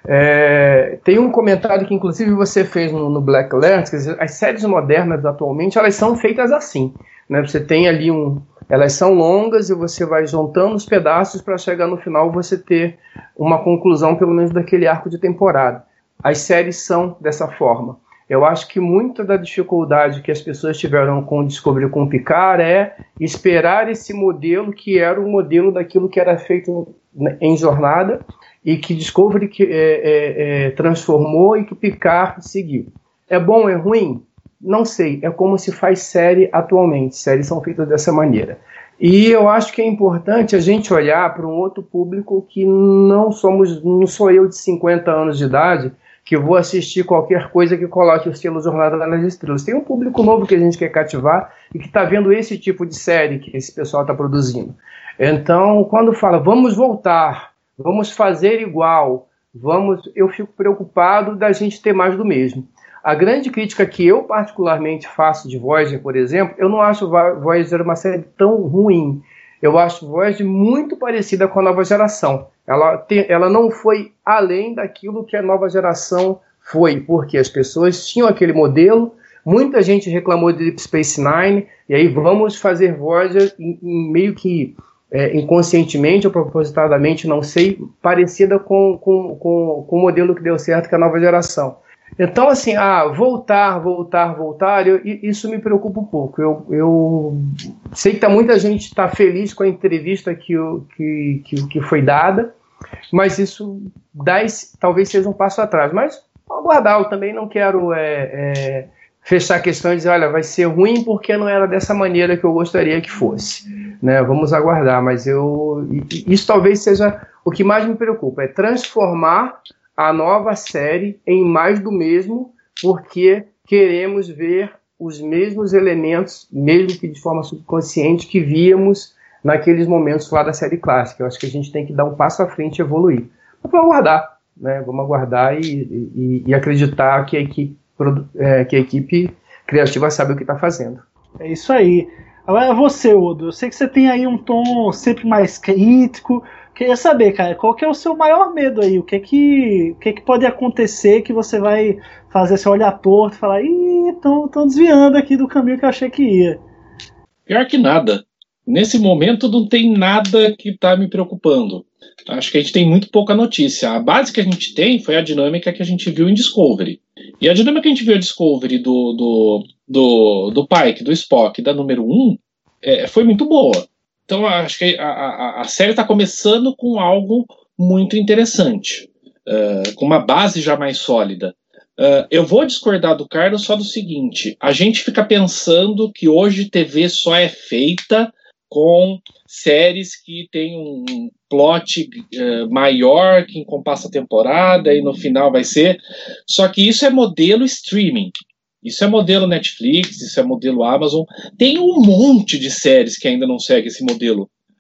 é, tem um comentário que inclusive você fez no, no Black Alert, quer dizer, as séries modernas atualmente elas são feitas assim, né? Você tem ali um... Elas são longas e você vai juntando os pedaços para chegar no final você ter uma conclusão, pelo menos daquele arco de temporada. As séries são dessa forma. Eu acho que muita da dificuldade que as pessoas tiveram com descobrir com o Picard é esperar esse modelo que era o modelo daquilo que era feito em Jornada e que Discovery que, é, é, é, transformou e que Picard seguiu. É bom, é ruim? Não sei, é como se faz série atualmente, séries são feitas dessa maneira. E eu acho que é importante a gente olhar para um outro público que não somos, não sou eu de cinquenta anos de idade, que vou assistir qualquer coisa que coloque o selo Jornada nas Estrelas. Tem um público novo que a gente quer cativar e que está vendo esse tipo de série que esse pessoal está produzindo. Então, quando fala, vamos voltar, vamos fazer igual, vamos, eu fico preocupado da gente ter mais do mesmo. A grande crítica que eu particularmente faço de Voyager, por exemplo, eu não acho Voyager uma série tão ruim. Eu acho Voyager muito parecida com a Nova Geração. Ela, tem, ela não foi além daquilo que a Nova Geração foi, porque as pessoas tinham aquele modelo, muita gente reclamou de Deep Space Nine, e aí vamos fazer Voyager em, em meio que é, inconscientemente ou propositadamente, não sei, parecida com, com, com, com o modelo que deu certo, que é a Nova Geração. Então, assim, ah, voltar, voltar, voltar, eu, isso me preocupa um pouco. Eu, eu sei que tá, muita gente está feliz com a entrevista que, que, que, que foi dada, mas isso dá esse, talvez seja um passo atrás. Mas, vamos aguardar, eu também não quero é, é, fechar a questão e dizer, olha, vai ser ruim porque não era dessa maneira que eu gostaria que fosse. Né? Vamos aguardar, mas eu, isso talvez seja o que mais me preocupa, é transformar a nova série em mais do mesmo, porque queremos ver os mesmos elementos, mesmo que de forma subconsciente, que víamos naqueles momentos lá da série clássica. Eu acho que a gente tem que dar um passo à frente e evoluir. Mas vamos aguardar, né? Vamos aguardar e, e, e acreditar que a, equipe, é, que a equipe criativa sabe o que está fazendo. É isso aí. Agora você, Odo, eu sei que você tem aí um tom sempre mais crítico. Queria saber, cara, qual que é o seu maior medo aí? O que é que, o que, é que pode acontecer que você vai fazer seu olhar torto e falar, ih, estão desviando aqui do caminho que eu achei que ia? Pior que nada. Nesse momento não tem nada que está me preocupando. Acho que a gente tem muito pouca notícia. A base que a gente tem foi a dinâmica que a gente viu em Discovery. E a dinâmica que a gente viu em Discovery do, do, do, do Pike, do Spock, da número um, é, foi muito boa. Então, acho que a, a, a série está começando com algo muito interessante, uh, com uma base já mais sólida. Uh, eu vou discordar do Carlos só do seguinte, a gente fica pensando que hoje T V só é feita com séries que tem um plot uh, maior, que encompassa a temporada e no final vai ser... Só que isso é modelo streaming. Isso é modelo Netflix, isso é modelo Amazon. Tem um monte de séries que ainda não segue esse modelo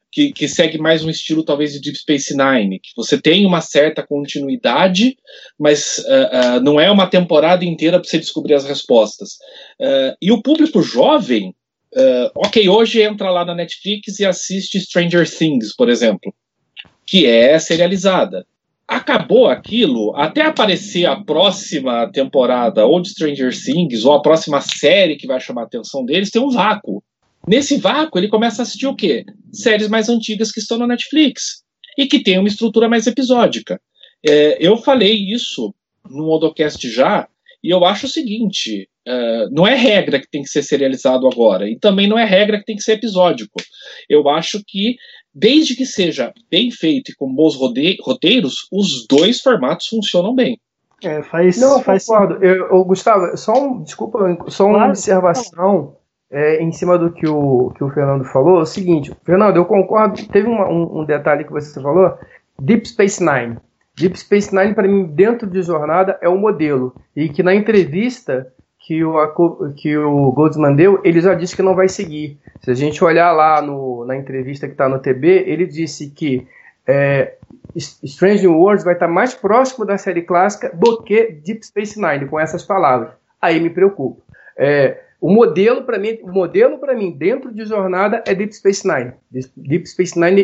que, que segue mais um estilo talvez de Deep Space Nine, que você tem uma certa continuidade, mas uh, uh, não é uma temporada inteira para você descobrir as respostas. Uh, e o público jovem, uh, ok, hoje entra lá na Netflix e assiste Stranger Things, por exemplo, que é serializada. Acabou aquilo, até aparecer a próxima temporada ou de Stranger Things, ou a próxima série que vai chamar a atenção deles, tem um vácuo. Nesse vácuo, ele começa a assistir o quê? Séries mais antigas que estão na Netflix e que tem uma estrutura mais episódica. É, eu falei isso no Odocast já, e eu acho o seguinte, uh, não é regra que tem que ser serializado agora, e também não é regra que tem que ser episódico. Eu acho que, desde que seja bem feito e com bons rode- roteiros, os dois formatos funcionam bem. É, faz, não, faz concordo. Eu, eu, Gustavo, só um, desculpa, só uma claro. observação é, em cima do que o, que o Fernando falou. É o seguinte, Fernando, eu concordo, teve uma, um, um detalhe que você falou, Deep Space Nine. Deep Space Nine, para mim, dentro de Jornada, é um modelo. E que na entrevista que o, que o Goldsman deu, ele já disse que não vai seguir. Se a gente olhar lá no, na entrevista que está no T B, ele disse que é, Strange New Worlds vai estar mais próximo da série clássica do que Deep Space Nine, com essas palavras. Aí me preocupa. É, o modelo para mim, o modelo para mim dentro de Jornada é Deep Space Nine. Deep Space Nine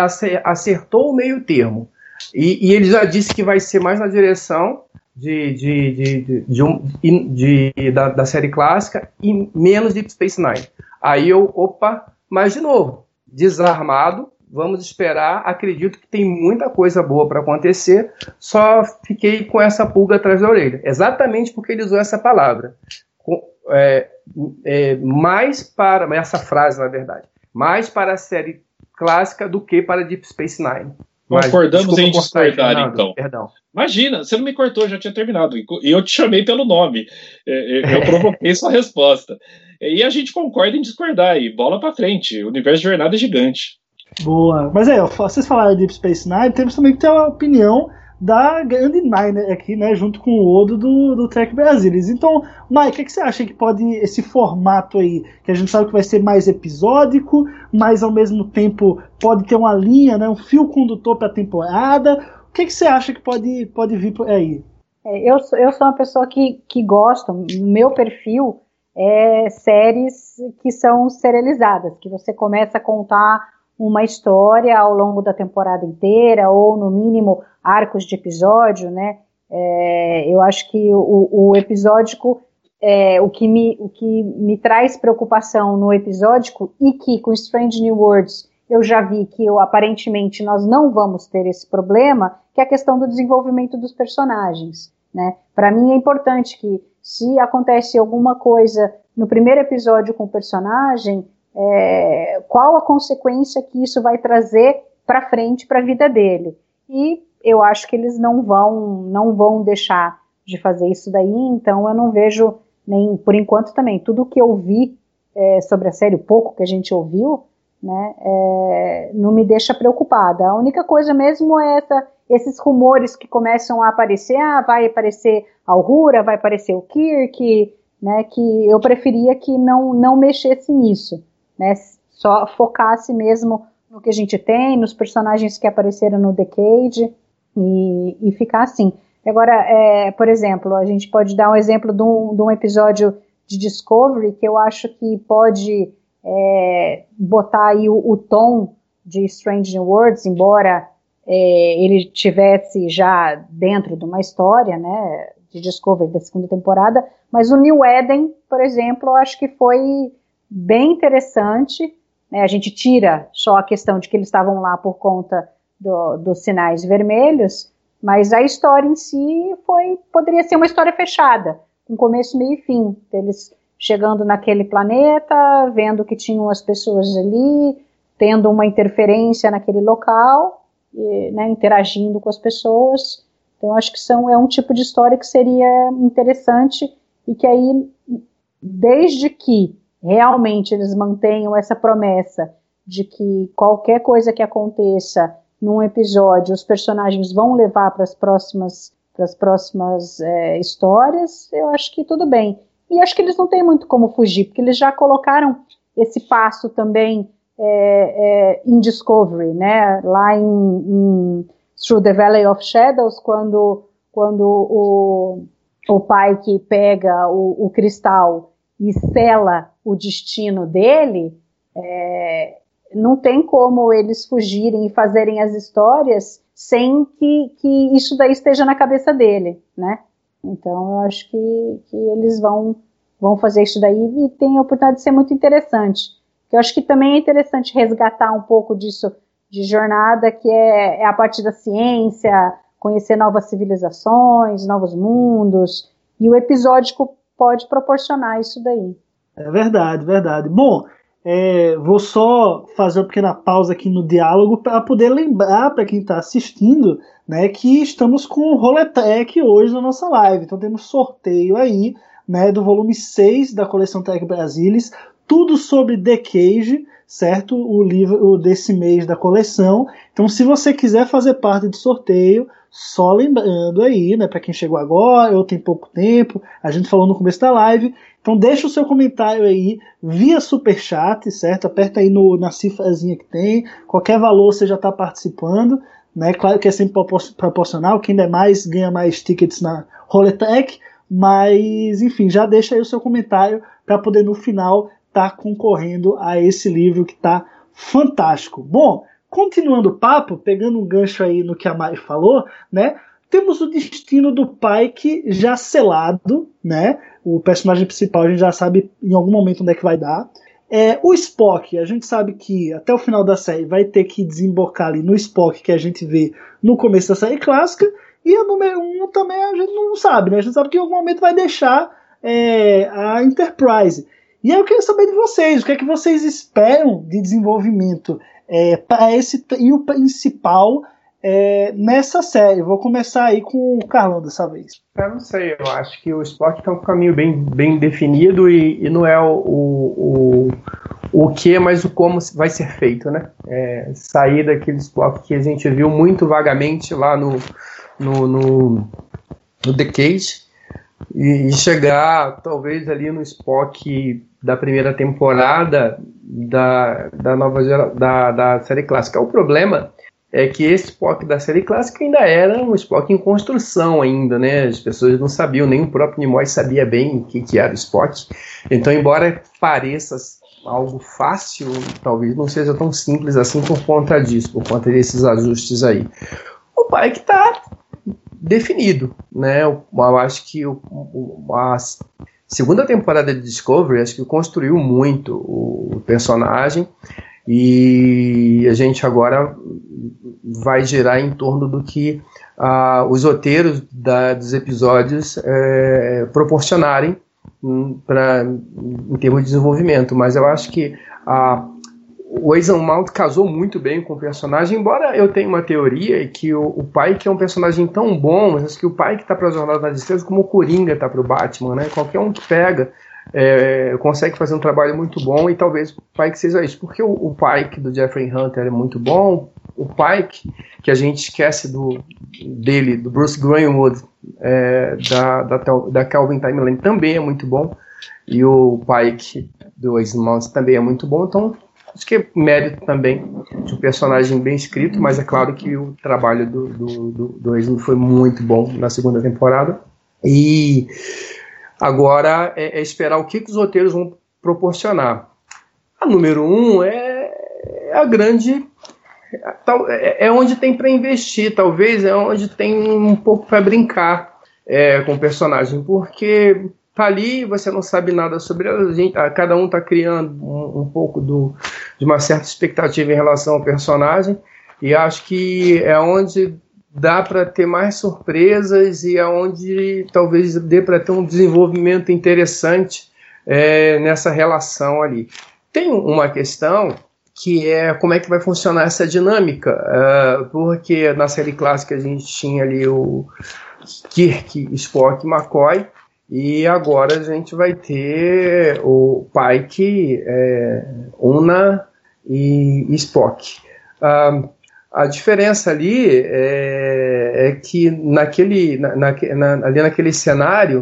acertou o meio termo. E, e ele já disse que vai ser mais na direção de, de, de, de, de, um, de, de da, da série clássica e menos Deep Space Nine. Aí eu, opa, mas de novo, desarmado, vamos esperar, acredito que tem muita coisa boa para acontecer, só fiquei com essa pulga atrás da orelha, exatamente porque ele usou essa palavra, com, é, é, mais para, essa frase na verdade, mais para a série clássica do que para Deep Space Nine. Concordamos em discordar, então. Perdão. Imagina, você não me cortou, já tinha terminado. E eu te chamei pelo nome. Eu provoquei sua resposta. E a gente concorda em discordar. E bola pra frente. O universo de Jornada é gigante. Boa. Mas aí, ó, vocês falaram de Deep Space Nine, temos também que ter a opinião da grande Nine aqui, né? Junto com o Odo do, do Trek Brasilis. Então, Mike, o que, que você acha que pode, esse formato aí, que a gente sabe que vai ser mais episódico, mas ao mesmo tempo pode ter uma linha, né? Um fio condutor para a temporada. O que, que você acha que pode, pode vir por aí? É, eu, sou, eu sou uma pessoa que, que gosta, no meu perfil, é séries que são serializadas, que você começa a contar uma história ao longo da temporada inteira, ou no mínimo arcos de episódio, né? É, eu acho que o, o episódico, é, o, que me, o que me traz preocupação no episódico, e que com Strange New Worlds eu já vi que eu, aparentemente nós não vamos ter esse problema, que é a questão do desenvolvimento dos personagens, né? Para mim é importante que, se acontece alguma coisa no primeiro episódio com o personagem, é, qual a consequência que isso vai trazer para frente para a vida dele. E eu acho que eles não vão, não vão deixar de fazer isso daí, então eu não vejo, nem por enquanto também, tudo que eu vi é, sobre a série, o pouco que a gente ouviu, né, é, não me deixa preocupada. A única coisa mesmo é essa, esses rumores que começam a aparecer, ah, vai aparecer a Uhura, vai aparecer o Kirk, né, que eu preferia que não, não mexesse nisso, né, só focasse mesmo no que a gente tem, nos personagens que apareceram no Decade, e, e ficar assim. Agora, é, por exemplo, a gente pode dar um exemplo de um, de um episódio de Discovery que eu acho que pode é, botar aí o, o tom de Strange New Worlds, embora é, ele tivesse já dentro de uma história, né, de Discovery da segunda temporada, mas o New Eden, por exemplo, eu acho que foi bem interessante, né, a gente tira só a questão de que eles estavam lá por conta do, dos sinais vermelhos, mas a história em si foi, poderia ser uma história fechada, com começo, meio e fim, eles chegando naquele planeta, vendo que tinham as pessoas ali, tendo uma interferência naquele local, e, né, interagindo com as pessoas. Então acho que são, é um tipo de história que seria interessante, e que aí, desde que realmente eles mantenham essa promessa de que qualquer coisa que aconteça num episódio, os personagens vão levar para as próximas, para as próximas é, histórias, eu acho que tudo bem. E acho que eles não têm muito como fugir, porque eles já colocaram esse passo também é, é, em Discovery, né? Lá em, em Through the Valley of Shadows, quando, quando o, o Pike pega o, o cristal e sela o destino dele, é, não tem como eles fugirem e fazerem as histórias sem que, que isso daí esteja na cabeça dele, né? Então eu acho que, que eles vão, vão fazer isso daí e tem a oportunidade de ser muito interessante. Eu acho que também é interessante resgatar um pouco disso de jornada, que é, é a parte da ciência, conhecer novas civilizações, novos mundos, e o episódico pode proporcionar isso daí. É verdade, verdade. Bom, é, vou só fazer uma pequena pausa aqui no diálogo para poder lembrar para quem está assistindo, né, que estamos com o Roletrek hoje na nossa live. Então temos sorteio aí, né, do volume seis da coleção Trek Brasilis, tudo sobre The Cage, certo? O livro desse mês da coleção. Então, se você quiser fazer parte do sorteio, só lembrando aí, né, para quem chegou agora ou tem pouco tempo, a gente falou no começo da live, então deixa o seu comentário aí via Superchat, certo? Aperta aí no, na cifrazinha que tem, qualquer valor você já está participando, né? Claro que é sempre proporcional, quem der mais ganha mais tickets na Roletrek, mas enfim, já deixa aí o seu comentário para poder no final estar tá concorrendo a esse livro que está fantástico. Bom, continuando o papo, pegando um gancho aí no que a Mari falou, né? Temos o destino do Pike já selado, né? O personagem principal a gente já sabe em algum momento onde é que vai dar. É, o Spock, a gente sabe que até o final da série vai ter que desembocar ali no Spock que a gente vê no começo da série clássica. E a número um também a gente não sabe, né? A gente sabe que em algum momento vai deixar é, a Enterprise. E aí eu queria saber de vocês, o que é que vocês esperam de desenvolvimento é, para esse trio principal é, nessa série? Vou começar aí com o Carlão dessa vez. Eu não sei, eu acho que o Spock está um caminho bem, bem definido e, e não é o, o, o, o que, mas o como vai ser feito, né? É, sair daquele Spock que a gente viu muito vagamente lá no, no, no, no The Cage e, e chegar talvez ali no Spock da primeira temporada da, da nova gera, da, da série clássica. O problema é que esse Spock da série clássica ainda era um Spock em construção ainda, né? As pessoas não sabiam, nem o próprio Nimoy sabia bem o que, que era o Spock. Então, embora pareça algo fácil, talvez não seja tão simples assim por conta disso, por conta desses ajustes aí. O Pike está definido, né? Eu, eu acho que o, o, a segunda temporada de Discovery, acho que construiu muito o personagem e a gente agora vai girar em torno do que uh, os roteiros da, dos episódios é, proporcionarem um, pra, em termos de desenvolvimento, mas eu acho que uh, o Anson Mount casou muito bem com o personagem, embora eu tenha uma teoria que o, o Pike é um personagem tão bom, mas acho que o Pike está para a Jornada nas Estrelas como o Coringa está para o Batman, né? Qualquer um que pega é, consegue fazer um trabalho muito bom e talvez o Pike seja isso, porque o, o Pike do Jeffrey Hunter é muito bom, o Pike, que a gente esquece do, dele, do Bruce Greenwood, é, da, da, da Kelvin Timeline, também é muito bom, e o Pike do Anson Mount também é muito bom, então acho que é mérito também de um personagem bem escrito, mas é claro que o trabalho do, do, do, do Anson foi muito bom na segunda temporada. E agora é, é esperar o que, que os roteiros vão proporcionar. A número um é, é a grande... É, é onde tem para investir, talvez é onde tem um pouco para brincar é, com o personagem, porque... tá ali, você não sabe nada sobre ela, a gente, a, cada um está criando um, um pouco do, de uma certa expectativa em relação ao personagem, e acho que é onde dá para ter mais surpresas e é onde talvez dê para ter um desenvolvimento interessante é, nessa relação ali. Tem uma questão que é como é que vai funcionar essa dinâmica, uh, porque na série clássica a gente tinha ali o Kirk, Spock e McCoy, e agora a gente vai ter o Pike, é, Una e Spock. Ah, a diferença ali é, é que naquele, na, na, ali naquele cenário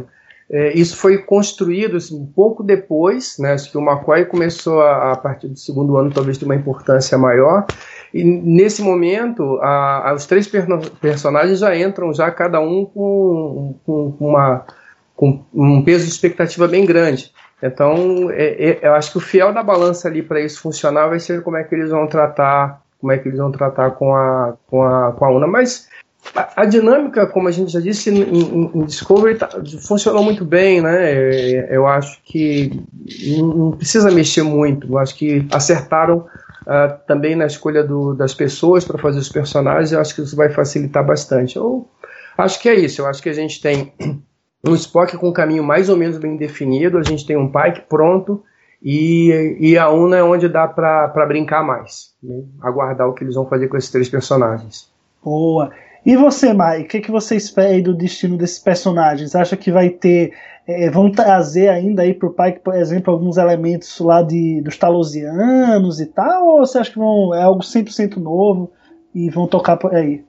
É, isso foi construído assim, um pouco depois, né? Acho que o McCoy começou a, a partir do segundo ano, talvez ter uma importância maior. E nesse momento, a, a, os três per personagens já entram, já cada um com, com, uma, com um peso de expectativa bem grande. Então, é, é, eu acho que o fiel da balança ali para isso funcionar vai ser como é que eles vão tratar, como é que eles vão tratar com a, com a, com a Una. Mas a, a dinâmica, como a gente já disse, em, em, em Discovery tá, funcionou muito bem, né? Eu, eu acho que não precisa mexer muito. Eu acho que acertaram uh, também na escolha do, das pessoas para fazer os personagens. Eu acho que isso vai facilitar bastante. Eu acho que é isso. Eu acho que a gente tem um Spock com um caminho mais ou menos bem definido, a gente tem um Pike pronto e, e a Una é onde dá para brincar mais, né? Aguardar o que eles vão fazer com esses três personagens. Boa. E você, Mai, o que, que você espera aí do destino desses personagens? Acha que vai ter, é, vão trazer ainda aí pro Pike, por exemplo, alguns elementos lá de, dos Talosianos e tal, ou você acha que vão, é algo cem por cento novo e vão tocar por aí?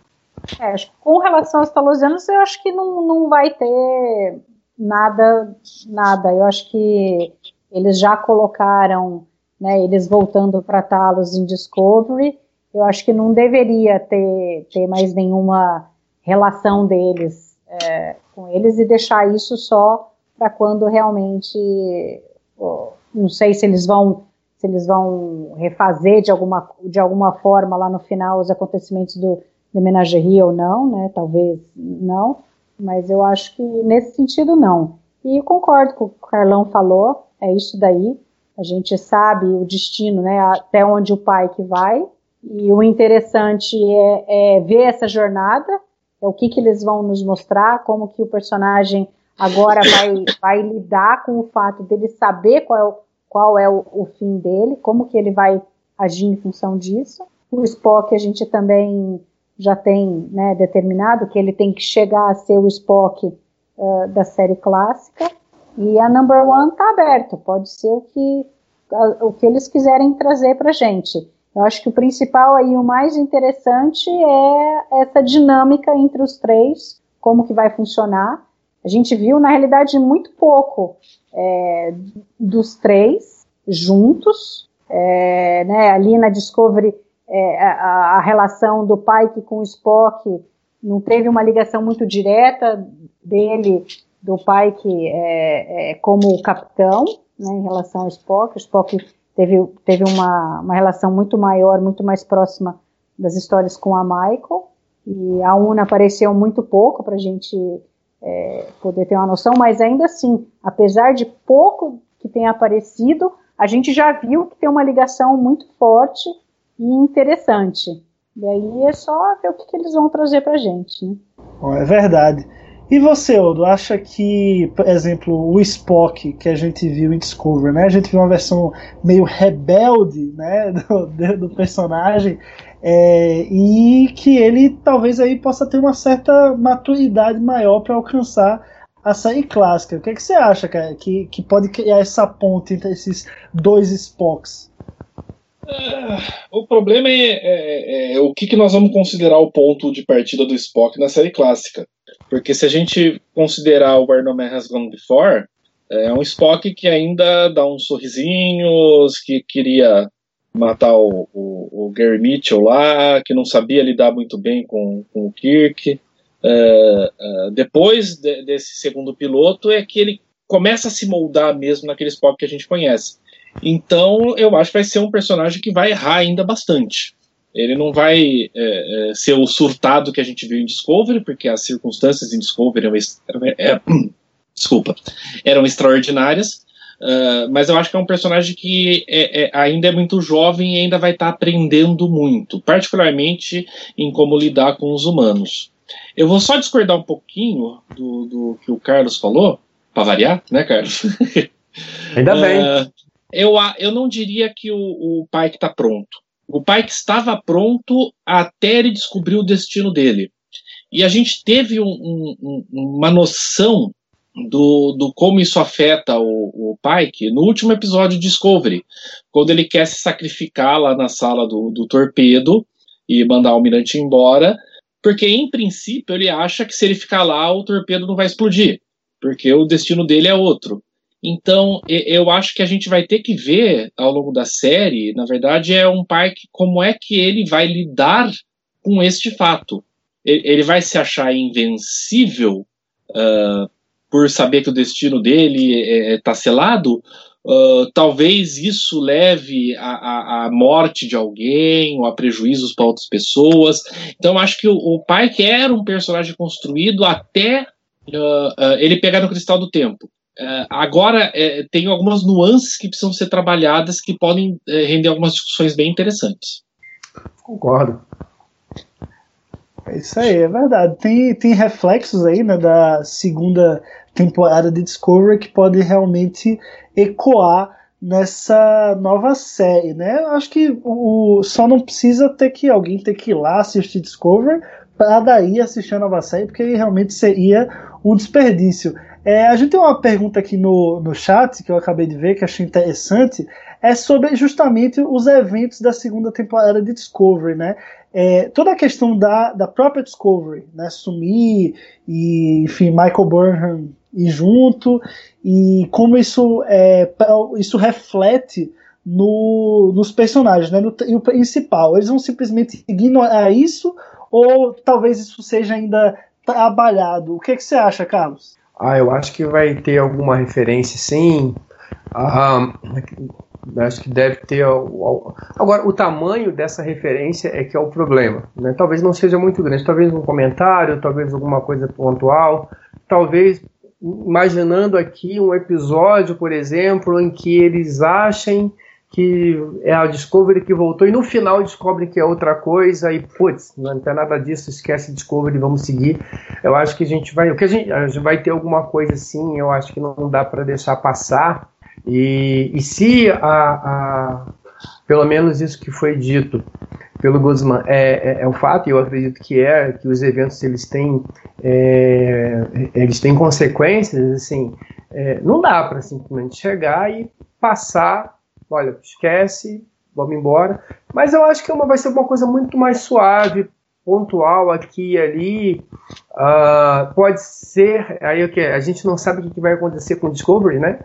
É, acho que com relação aos Talosianos, eu acho que não, não vai ter nada, nada. Eu acho que eles já colocaram, né, eles voltando para Talos em Discovery. Eu acho que não deveria ter, ter mais nenhuma relação deles é, com eles e deixar isso só para quando realmente, oh, não sei se eles vão, se eles vão refazer de alguma, de alguma forma lá no final os acontecimentos do de Menagerie ou não, né? Talvez não, mas eu acho que nesse sentido não. E eu concordo com o que o Carlão falou, é isso daí. A gente sabe o destino, né? Até onde o Pike vai. E o interessante é, é ver essa jornada, é o que, que eles vão nos mostrar, como que o personagem agora vai, vai lidar com o fato dele saber qual é, o, qual é o, o fim dele, como que ele vai agir em função disso. O Spock a gente também já tem, né, determinado que ele tem que chegar a ser o Spock uh, da série clássica, e a Number One está aberto, pode ser o que, a, o que eles quiserem trazer para a gente. Eu acho que o principal aí, o mais interessante é essa dinâmica entre os três, como que vai funcionar. A gente viu, na realidade, muito pouco é, dos três juntos, é, né, ali na Discovery. É, a, a relação do Pike com o Spock não teve uma ligação muito direta dele, do Pike é, é, como capitão, né, em relação ao Spock. O Spock teve, teve uma, uma relação muito maior, muito mais próxima das histórias com a Michael, e a Una apareceu muito pouco para a gente é, poder ter uma noção, mas ainda assim, apesar de pouco que tenha aparecido, a gente já viu que tem uma ligação muito forte e interessante. E aí é só ver o que, que eles vão trazer pra gente, né? Oh, é verdade. E você, Odo, acha que, por exemplo, o Spock que a gente viu em Discovery, né? A gente viu uma versão meio rebelde, né, do, do personagem, é, e que ele talvez aí possa ter uma certa maturidade maior para alcançar a série clássica. O que, é que você acha, cara, que, que pode criar essa ponte entre esses dois Spocks? O problema é, é, é o que, que nós vamos considerar o ponto de partida do Spock na série clássica. Porque se a gente considerar o Where No Man Has Gone Before, é um Spock que ainda dá uns sorrisinhos, que queria matar o, o, o Gary Mitchell lá, que não sabia lidar muito bem com, com o Kirk. É, é, depois de, desse segundo piloto é que ele começa a se moldar mesmo naquele Spock que a gente conhece. Então eu acho que vai ser um personagem que vai errar ainda bastante. Ele não vai é, é, ser o surtado que a gente viu em Discovery, porque as circunstâncias em Discovery eram, é, desculpa, eram extraordinárias, uh, mas eu acho que é um personagem que é, é, ainda é muito jovem e ainda vai estar tá aprendendo muito, particularmente em como lidar com os humanos. Eu vou só discordar um pouquinho do, do que o Carlos falou, para variar, né, Carlos? Ainda bem. Uh, eu, eu não diria que o, o Pike está pronto. O Pike estava pronto até ele descobrir o destino dele. E a gente teve um, um, uma noção do, do como isso afeta o, o Pike no último episódio de Discovery, quando ele quer se sacrificar lá na sala do, do torpedo e mandar o almirante embora, porque em princípio ele acha que se ele ficar lá o torpedo não vai explodir. porque o destino dele é outro. Então, eu acho que a gente vai ter que ver, ao longo da série, na verdade, é um Pike, como é que ele vai lidar com este fato. Ele vai se achar invencível uh, por saber que o destino dele está selado? Uh, talvez isso leve à, à morte de alguém ou a prejuízos para outras pessoas. Então, acho que o, o Pike era um personagem construído até uh, uh, ele pegar no cristal do tempo. Uh, agora, uh, tem algumas nuances que precisam ser trabalhadas que podem uh, render algumas discussões bem interessantes. Concordo. É isso aí, é verdade. Tem, tem reflexos aí, né, da segunda temporada de Discovery que podem realmente ecoar nessa nova série, né? Eu acho que o, só não precisa ter que alguém ter que ir lá assistir Discovery para daí assistir a nova série, porque realmente seria um desperdício. É, a gente tem uma pergunta aqui no, no chat, que eu acabei de ver, que achei interessante, é sobre justamente os eventos da segunda temporada de Discovery, né? É, toda a questão da, da própria Discovery, né? Sumir e, enfim, Michael Burnham ir junto, e como isso, é, isso reflete no, nos personagens, né? No, e o principal, eles vão simplesmente ignorar isso, ou talvez isso seja ainda trabalhado? O que, que você acha, Carlos? Ah, eu acho que vai ter alguma referência, sim. Ah, acho que deve ter. Agora, o tamanho dessa referência é que é o problema, né? Talvez não seja muito grande, talvez um comentário, talvez alguma coisa pontual, talvez imaginando aqui um episódio, por exemplo, em que eles achem que é a Discovery que voltou e no final descobrem que é outra coisa e, putz, não tem nada disso, esquece Discovery, vamos seguir. Eu acho que a gente vai, o que a gente, a gente vai ter alguma coisa assim, eu acho que não dá para deixar passar. E, e se a, a, pelo menos isso que foi dito pelo Guzman é, é, é um fato, e eu acredito que é, que os eventos eles têm, é, eles têm consequências, assim, é, não dá para simplesmente chegar e passar, olha, esquece, vamos embora. Mas eu acho que uma, vai ser uma coisa muito mais suave, pontual aqui e ali. Uh, pode ser, aí o que? A gente não sabe o que vai acontecer com o Discovery, né?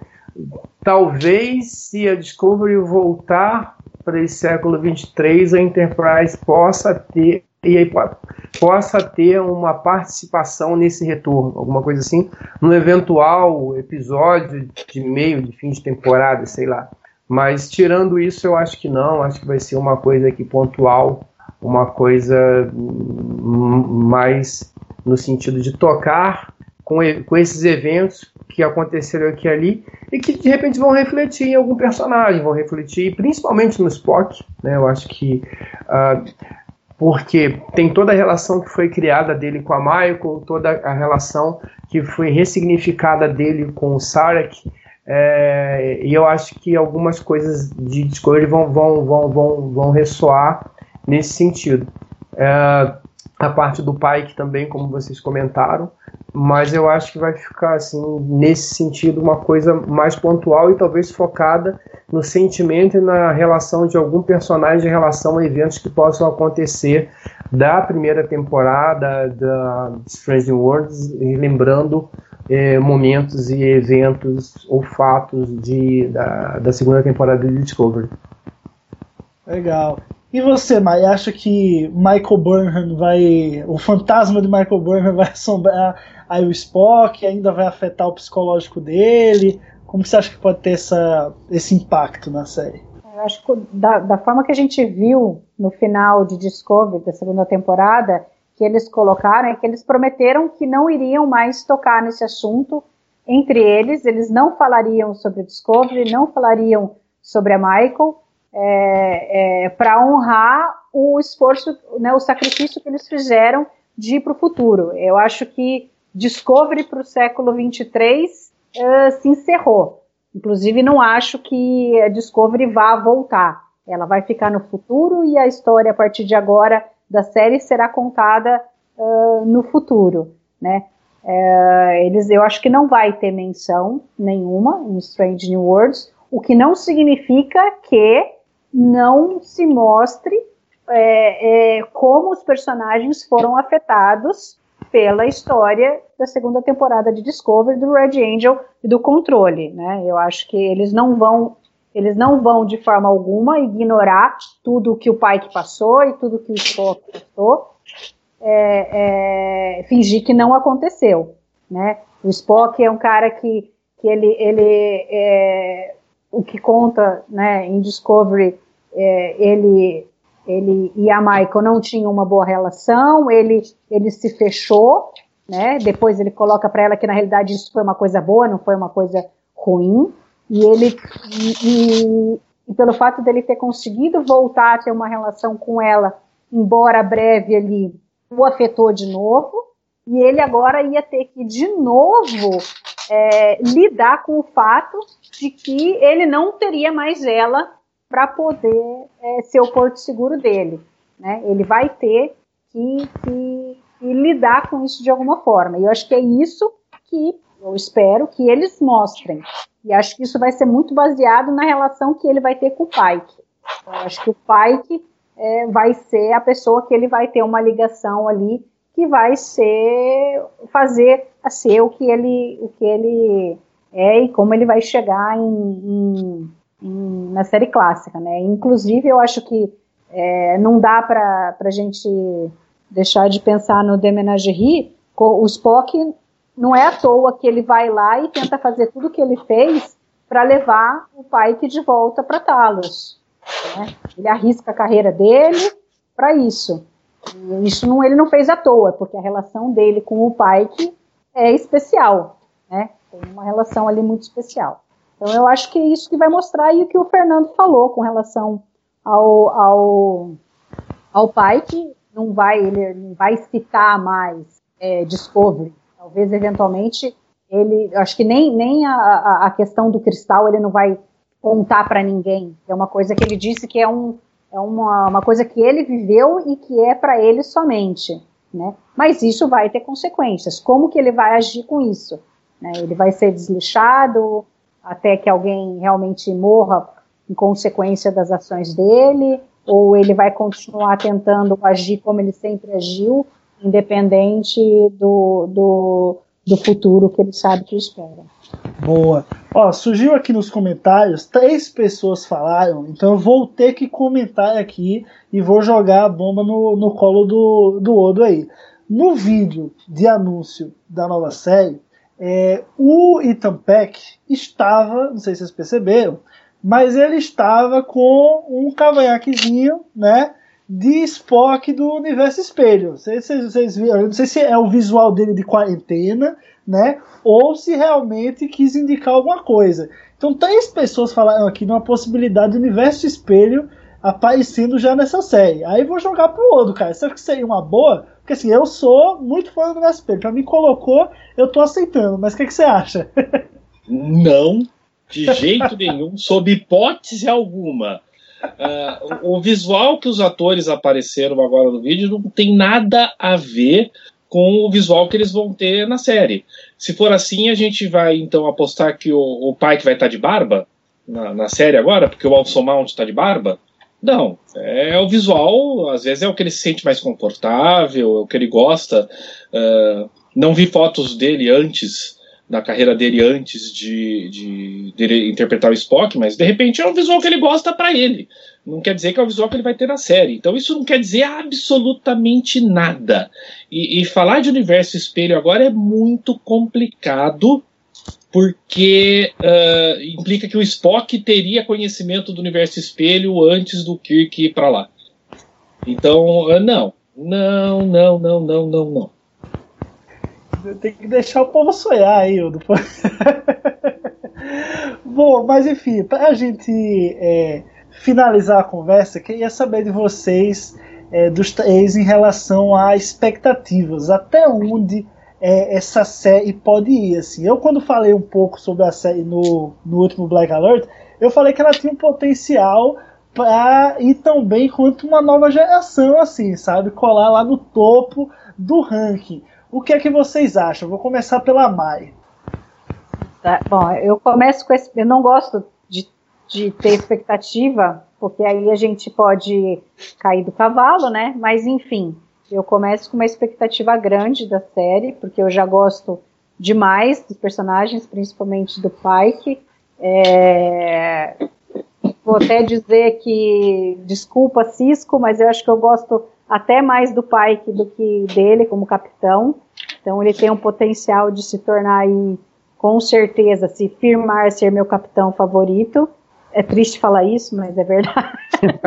Talvez se a Discovery voltar para esse século vinte e três, a Enterprise possa ter e aí possa ter uma participação nesse retorno, alguma coisa assim, num eventual episódio de meio, de fim de temporada, sei lá. Mas tirando isso, eu acho que não, acho que vai ser uma coisa aqui pontual, uma coisa mais no sentido de tocar com, com esses eventos que aconteceram aqui e ali e que de repente vão refletir em algum personagem, vão refletir principalmente no Spock, né? Eu acho que uh, porque tem toda a relação que foi criada dele com a Michael, toda a relação que foi ressignificada dele com o Sarek. É, e eu acho que algumas coisas de Discovery vão, vão, vão, vão, vão ressoar nesse sentido. É, a parte do Pike também, como vocês comentaram, mas eu acho que vai ficar assim, nesse sentido, uma coisa mais pontual e talvez focada no sentimento e na relação de algum personagem em relação a eventos que possam acontecer da primeira temporada da Strange New Worlds, lembrando É, momentos e eventos ou fatos de, da, da segunda temporada de Discovery. Legal. E você, Mai, acha que Michael Burnham vai... o fantasma de Michael Burnham vai assombrar aí o Spock, ainda vai afetar o psicológico dele? Como você acha que pode ter essa, esse impacto na série? Eu acho que da, da forma que a gente viu no final de Discovery, da segunda temporada, que eles colocaram é que eles prometeram que não iriam mais tocar nesse assunto entre eles, eles não falariam sobre Discovery, não falariam sobre a Michael, é, é, para honrar o esforço, né, o sacrifício que eles fizeram de ir para o futuro. Eu acho que Discovery para o século vinte e três uh, se encerrou. Inclusive, não acho que a Discovery vá voltar. Ela vai ficar no futuro e a história, a partir de agora, da série será contada uh, no futuro, né? Uh, eles, eu acho que não vai ter menção nenhuma em Strange New Worlds, o que não significa que não se mostre é, é, como os personagens foram afetados pela história da segunda temporada de Discovery, do Red Angel e do controle, né? Eu acho que eles não vão, eles não vão de forma alguma ignorar tudo o que o Pike passou e tudo que o Spock passou, é, é, fingir que não aconteceu, né? O Spock é um cara que, que ele, ele é, o que conta, né, em Discovery, é, ele, ele e a Michael não tinham uma boa relação, ele, ele se fechou, né? Depois ele coloca para ela que na realidade isso foi uma coisa boa, não foi uma coisa ruim, e ele e, e, e pelo fato dele ter conseguido voltar a ter uma relação com ela, embora breve, ele o afetou de novo, e ele agora ia ter que de novo é, lidar com o fato de que ele não teria mais ela para poder é, ser o porto seguro dele, né? Ele vai ter que, que, que lidar com isso de alguma forma, e eu acho que é isso que eu espero que eles mostrem, e acho que isso vai ser muito baseado na relação que ele vai ter com o Pike. Eu acho que o Pike é, vai ser a pessoa que ele vai ter uma ligação ali, que vai ser, fazer a ser o que ele, o que ele é e como ele vai chegar em, em, em, na série clássica, né? Inclusive, eu acho que é, não dá para a gente deixar de pensar no The Menagerie. O Spock não é à toa que ele vai lá e tenta fazer tudo o que ele fez para levar o Pike de volta para Talos, né? Ele arrisca a carreira dele para isso. E isso não, ele não fez à toa, porque a relação dele com o Pike é especial, né? Tem uma relação ali muito especial. Então eu acho que é isso que vai mostrar, e o que o Fernando falou com relação ao, ao, ao Pike, não vai, ele não vai citar mais é, Discovery. Talvez, eventualmente, ele, acho que nem, nem a, a questão do cristal ele não vai contar para ninguém. É uma coisa que ele disse que é um É uma, uma coisa que ele viveu e que é para ele somente, né? Mas isso vai ter consequências. Como que ele vai agir com isso, né? Ele vai ser desleixado até que alguém realmente morra em consequência das ações dele? Ou ele vai continuar tentando agir como ele sempre agiu, independente do, do, do futuro que ele sabe que espera? Boa. Ó, surgiu aqui nos comentários, três pessoas falaram, então eu vou ter que comentar aqui e vou jogar a bomba no, no colo do, do Odo aí. No vídeo de anúncio da nova série, é, o Ethan Peck estava, não sei se vocês perceberam, mas ele estava com um cavanhaquezinho, né, de Spock do Universo Espelho. Vocês, vocês, vocês viram? Eu não sei se é o visual dele de quarentena, né, ou se realmente quis indicar alguma coisa. Então três pessoas falaram aqui de uma possibilidade do Universo Espelho aparecendo já nessa série. Aí vou jogar pro outro, cara. Será que seria uma boa? Porque assim, eu sou muito fã do Universo Espelho. Pra mim colocou, eu tô aceitando. Mas o que, que você acha? Não, de jeito nenhum, sob hipótese alguma. Uh, o, o visual que os atores apareceram agora no vídeo não tem nada a ver com o visual que eles vão ter na série. Se for assim, a gente vai então apostar que o, o Pike vai estar de barba na, na série agora, porque o Alson está de barba? Não, é o visual, às vezes é o que ele se sente mais confortável, é o que ele gosta. Uh, não vi fotos dele antes, da carreira dele antes de, de, de interpretar o Spock, mas de repente é o visual que ele gosta para ele. Não quer dizer que é o visual que ele vai ter na série. Então isso não quer dizer absolutamente nada. E, e falar de Universo Espelho agora é muito complicado, porque uh, implica que o Spock teria conhecimento do Universo Espelho antes do Kirk ir para lá. Então, uh, não. Não, não, não, não, não, não. Tem que deixar o povo sonhar aí, Udo. Bom, mas enfim, para a gente é, finalizar a conversa, queria saber de vocês, é, dos três, em relação a expectativas. Até onde é, essa série pode ir? Assim, eu, quando falei um pouco sobre a série no, no último Black Alert, eu falei que ela tinha um potencial para ir tão bem quanto uma nova geração, assim, sabe? Colar lá no topo do ranking. O que é que vocês acham? Vou começar pela Mai. Tá, bom, eu começo com esse... Eu não gosto de, de ter expectativa, porque aí a gente pode cair do cavalo, né? Mas, enfim, eu começo com uma expectativa grande da série, porque eu já gosto demais dos personagens, principalmente do Pike. É... Vou até dizer que, desculpa Cisco, mas eu acho que eu gosto até mais do Pike do que dele como capitão. Então ele tem um potencial de se tornar aí, com certeza, se firmar ser meu capitão favorito. É triste falar isso, mas é verdade.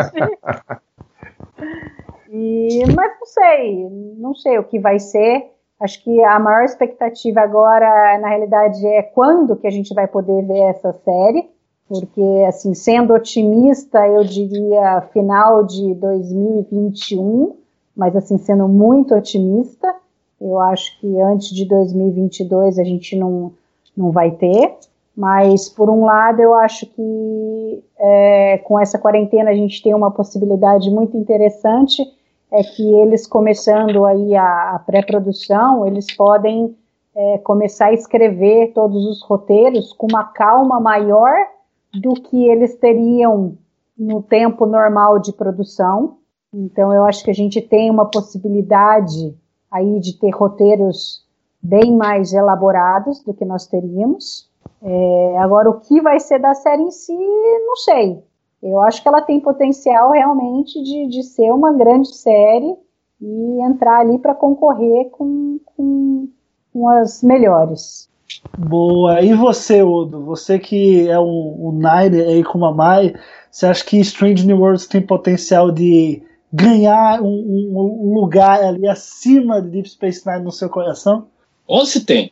e, mas não sei, não sei o que vai ser. Acho que a maior expectativa agora, na realidade, é quando que a gente vai poder ver essa série. Porque, assim, sendo otimista, eu diria final de dois mil e vinte e um, mas, assim, sendo muito otimista, eu acho que antes de dois mil e vinte e dois a gente não, não vai ter. Mas, por um lado, eu acho que é, com essa quarentena a gente tem uma possibilidade muito interessante, é que eles começando aí a, a pré-produção, eles podem é, começar a escrever todos os roteiros com uma calma maior do que eles teriam no tempo normal de produção. Então eu acho que a gente tem uma possibilidade aí de ter roteiros bem mais elaborados do que nós teríamos. É, agora o que vai ser da série em si, não sei. Eu acho que ela tem potencial realmente de, de ser uma grande série e entrar ali para concorrer com, com, com as melhores. Boa. E você, Odo? Você que é um, um Nine aí com a Mai, você acha que Strange New Worlds tem potencial de ganhar um, um, um lugar ali acima de Deep Space Nine no seu coração? Ou se tem.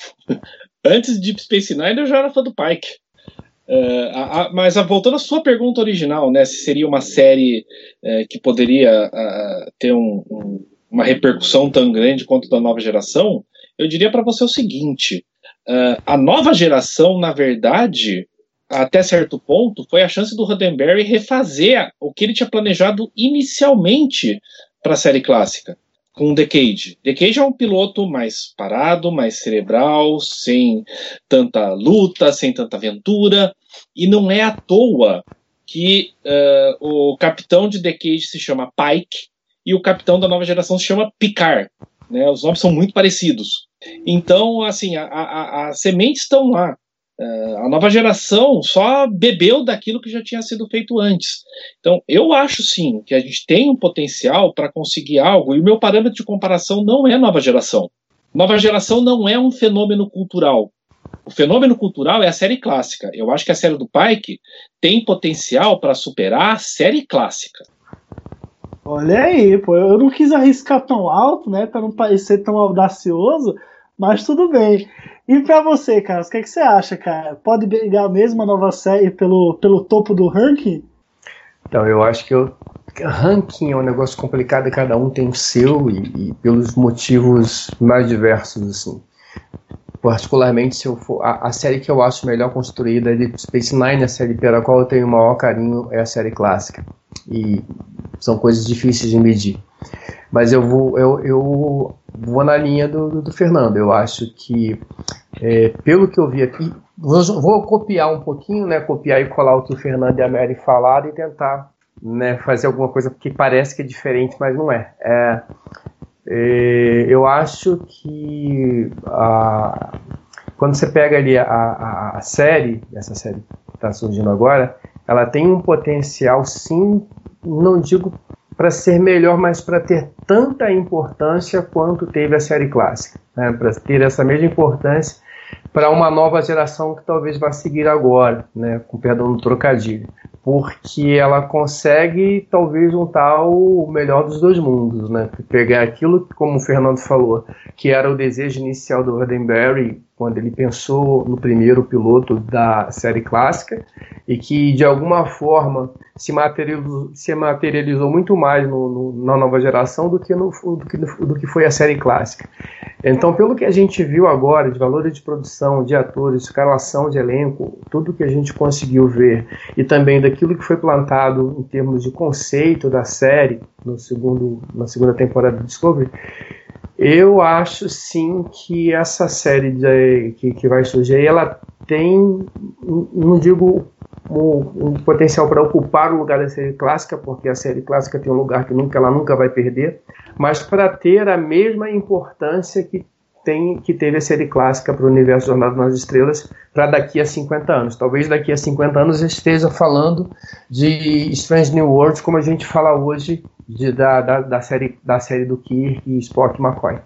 Antes de Deep Space Nine eu já era fã do Pike. Uh, a, a, mas a, voltando à sua pergunta original, né, se seria uma série uh, que poderia uh, ter um, um, uma repercussão tão grande quanto da nova geração, eu diria para você o seguinte: uh, a nova geração, na verdade, até certo ponto, foi a chance do Roddenberry refazer o que ele tinha planejado inicialmente para a série clássica, com o Decade. Decade é um piloto mais parado, mais cerebral, sem tanta luta, sem tanta aventura, e não é à toa que uh, o capitão de Decade se chama Pike e o capitão da nova geração se chama Picard, né? Os nomes são muito parecidos. Então, assim, as sementes estão lá. Uh, a nova geração só bebeu daquilo que já tinha sido feito antes. Então, eu acho sim que a gente tem um potencial para conseguir algo, e o meu parâmetro de comparação não é nova geração. Nova geração não é um fenômeno cultural. O fenômeno cultural é a série clássica. Eu acho que a série do Pike tem potencial para superar a série clássica. Olha aí, pô, eu não quis arriscar tão alto, né, para não parecer tão audacioso, mas tudo bem. E pra você, Carlos, o que, é que você acha, cara? Pode brigar mesmo a nova série pelo, pelo topo do ranking? Então, eu acho que o ranking é um negócio complicado, cada um tem o seu, e, e pelos motivos mais diversos, assim. Particularmente, se eu for, a, a série que eu acho melhor construída é Deep Space Nine, a série pela qual eu tenho o maior carinho é a série clássica. E são coisas difíceis de medir. Mas eu vou, eu, eu vou na linha do, do, do Fernando. Eu acho que, é, pelo que eu vi aqui, vou, vou copiar um pouquinho, né, copiar e colar o que o Fernando e a Mary falaram e tentar, né, fazer alguma coisa que parece que é diferente, mas não é. É, é eu acho que a, quando você pega ali a, a, a série, essa série que está surgindo agora, ela tem um potencial, sim, não digo para ser melhor, mas para ter tanta importância quanto teve a série clássica, né? Para ter essa mesma importância para uma nova geração que talvez vá seguir agora, né? Com perdão do trocadilho, porque ela consegue talvez juntar o melhor dos dois mundos, né? Pegar aquilo, como o Fernando falou, que era o desejo inicial do Roddenberry quando ele pensou no primeiro piloto da série clássica, e que de alguma forma se materializou, se materializou muito mais no, no, na nova geração do que, no, do, que, do que foi a série clássica. Então, pelo que a gente viu agora, de valores de produção, de atores, de escalação de elenco, tudo que a gente conseguiu ver, e também daquilo que foi plantado em termos de conceito da série no segundo, na segunda temporada do Discovery, eu acho sim que essa série de, que, que vai surgir, ela tem, não digo um, um potencial para ocupar o lugar da série clássica, porque a série clássica tem um lugar que nunca, ela nunca vai perder, mas para ter a mesma importância que, tem, que teve a série clássica para o universo Jornada nas Estrelas para daqui a cinquenta anos. Talvez daqui a cinquenta anos eu esteja falando de Strange New Worlds como a gente fala hoje de, da, da, da, série, da série do Kirk e Spock e McCoy.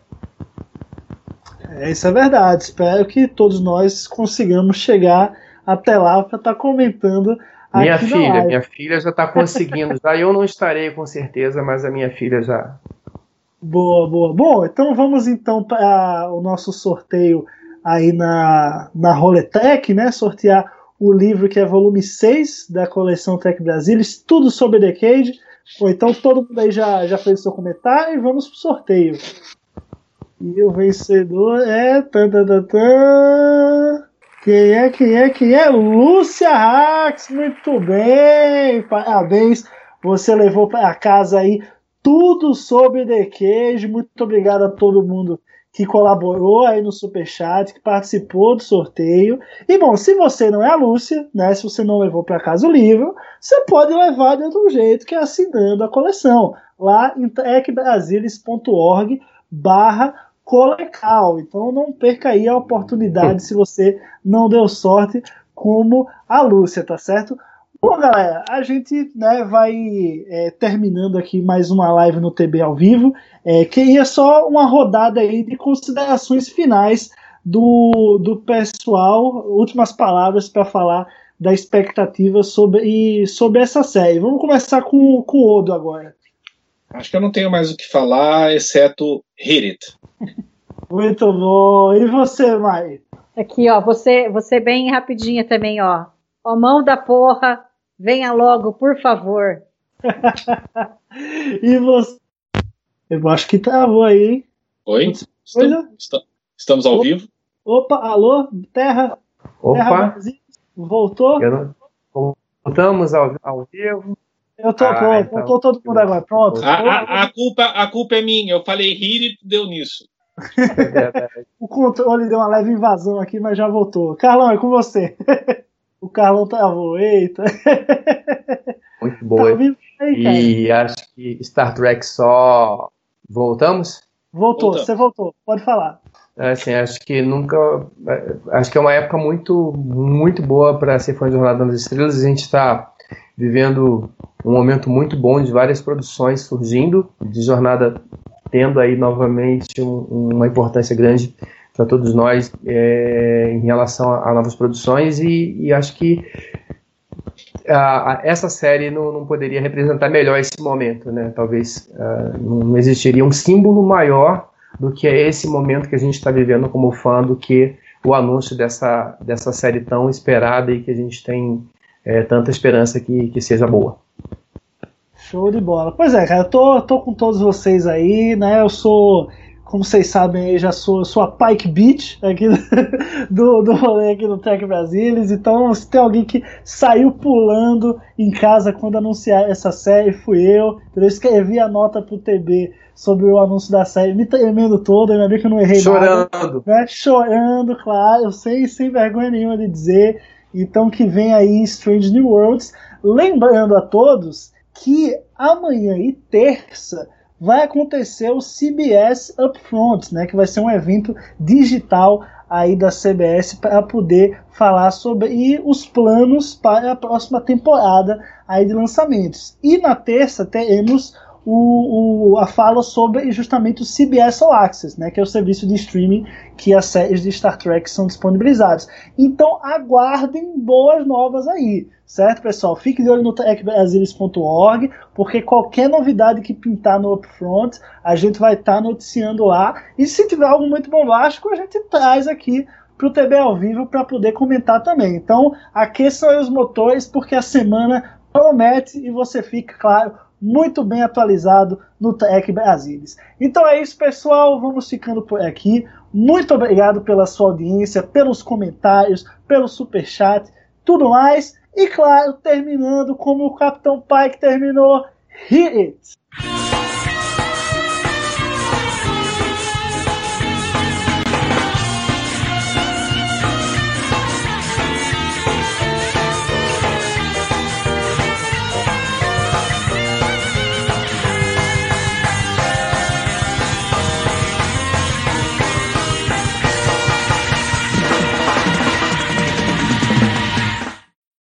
É, isso é verdade. Espero que todos nós consigamos chegar até lá para estar tá comentando aqui minha na filha, live. minha filha já está conseguindo. Já eu não estarei com certeza, mas a minha filha já. Boa, boa. Bom, então vamos então para o nosso sorteio aí na, na Roletech, né? Sortear o livro que é volume seis da coleção Trek Brasilis, tudo sobre Decade. Ou então todo mundo aí já, já fez o seu comentário e vamos pro sorteio. E o vencedor é... Tan, tan, tan, tan. Quem é, quem é, quem é? Lúcia Rax, muito bem, parabéns, você levou para casa aí tudo sobre Decade, muito obrigado a todo mundo que colaborou aí no Superchat, que participou do sorteio, e bom, se você não é a Lúcia, né, se você não levou para casa o livro, você pode levar de outro jeito, que é assinando a coleção, lá em trekbrasilis.org barra colecal. Então não perca aí a oportunidade se você não deu sorte como a Lúcia, tá certo? Bom, galera, a gente, né, vai é, terminando aqui mais uma live no T B ao vivo. É, queria só uma rodada aí de considerações finais do, do pessoal, últimas palavras para falar da expectativa sobre, sobre essa série. Vamos começar com, com o Odo agora. Acho que eu não tenho mais o que falar, exceto hit it. Muito bom. E você, Mai? Aqui, ó, você, você bem rapidinha também, ó. Ó, mão da porra, venha logo, por favor. E você? Eu acho que travou aí, hein? Oi? Estamos, estamos ao Opa. vivo? Opa, alô? Terra? Opa. Terra Brasil? Voltou? Eu não... Voltamos ao, ao vivo. Eu tô Ah, pronto, então. voltou todo mundo agora, pronto. A, a, a, culpa, a culpa é minha, eu falei hit it, deu nisso. O controle deu uma leve invasão aqui, mas já voltou. Carlão, é com você. O Carlão travou, eita. Muito boa. Tá ouvindo aí, e acho que Star Trek só... Voltamos? Voltou, Voltamos. você voltou, pode falar. Assim, acho que nunca... Acho que é uma época muito, muito boa para ser fã de Jornada nas Estrelas. A gente está vivendo um momento muito bom de várias produções surgindo, de Jornada tendo aí novamente um, uma importância grande para todos nós é, em relação a, a novas produções e, e acho que a, a, essa série não, não poderia representar melhor esse momento, né? Talvez uh, não existiria um símbolo maior do que é esse momento que a gente está vivendo como fã do que o anúncio dessa, dessa série tão esperada e que a gente tem é, tanta esperança que, que seja boa. Show de bola. Pois é, cara, eu tô, tô com todos vocês aí, né? Eu sou, como vocês sabem, eu já sou, sou a Pike Beach aqui do, do rolê aqui no Trek Brasilis. Então, se tem alguém que saiu pulando em casa quando anunciar essa série, fui eu. Eu escrevi a nota pro T B sobre o anúncio da série, me tremendo todo, ainda bem que eu não errei Chorando. nada. Né? Chorando, claro, eu sei, sem vergonha nenhuma de dizer. Então, que vem aí Strange New Worlds. Lembrando a todos que amanhã e terça vai acontecer o C B S Upfront, né, que vai ser um evento digital aí da C B S para poder falar sobre os planos para a próxima temporada aí de lançamentos. E na terça teremos o, o, a fala sobre justamente o C B S All Access, né, que é o serviço de streaming que as séries de Star Trek são disponibilizadas. Então aguardem boas novas aí, certo, pessoal? Fique de olho no trek brasilis ponto org, porque qualquer novidade que pintar no Upfront, a gente vai estar tá noticiando lá. E se tiver algo muito bombástico, a gente traz aqui para o T B ao vivo para poder comentar também. Então aqueçam aí os motores, porque a semana promete e você fica, claro, muito bem atualizado no Trek Brasilis. Então é isso, pessoal, vamos ficando por aqui. Muito obrigado pela sua audiência, pelos comentários, pelo superchat, tudo mais. E claro, terminando como o Capitão Pike terminou, hit it!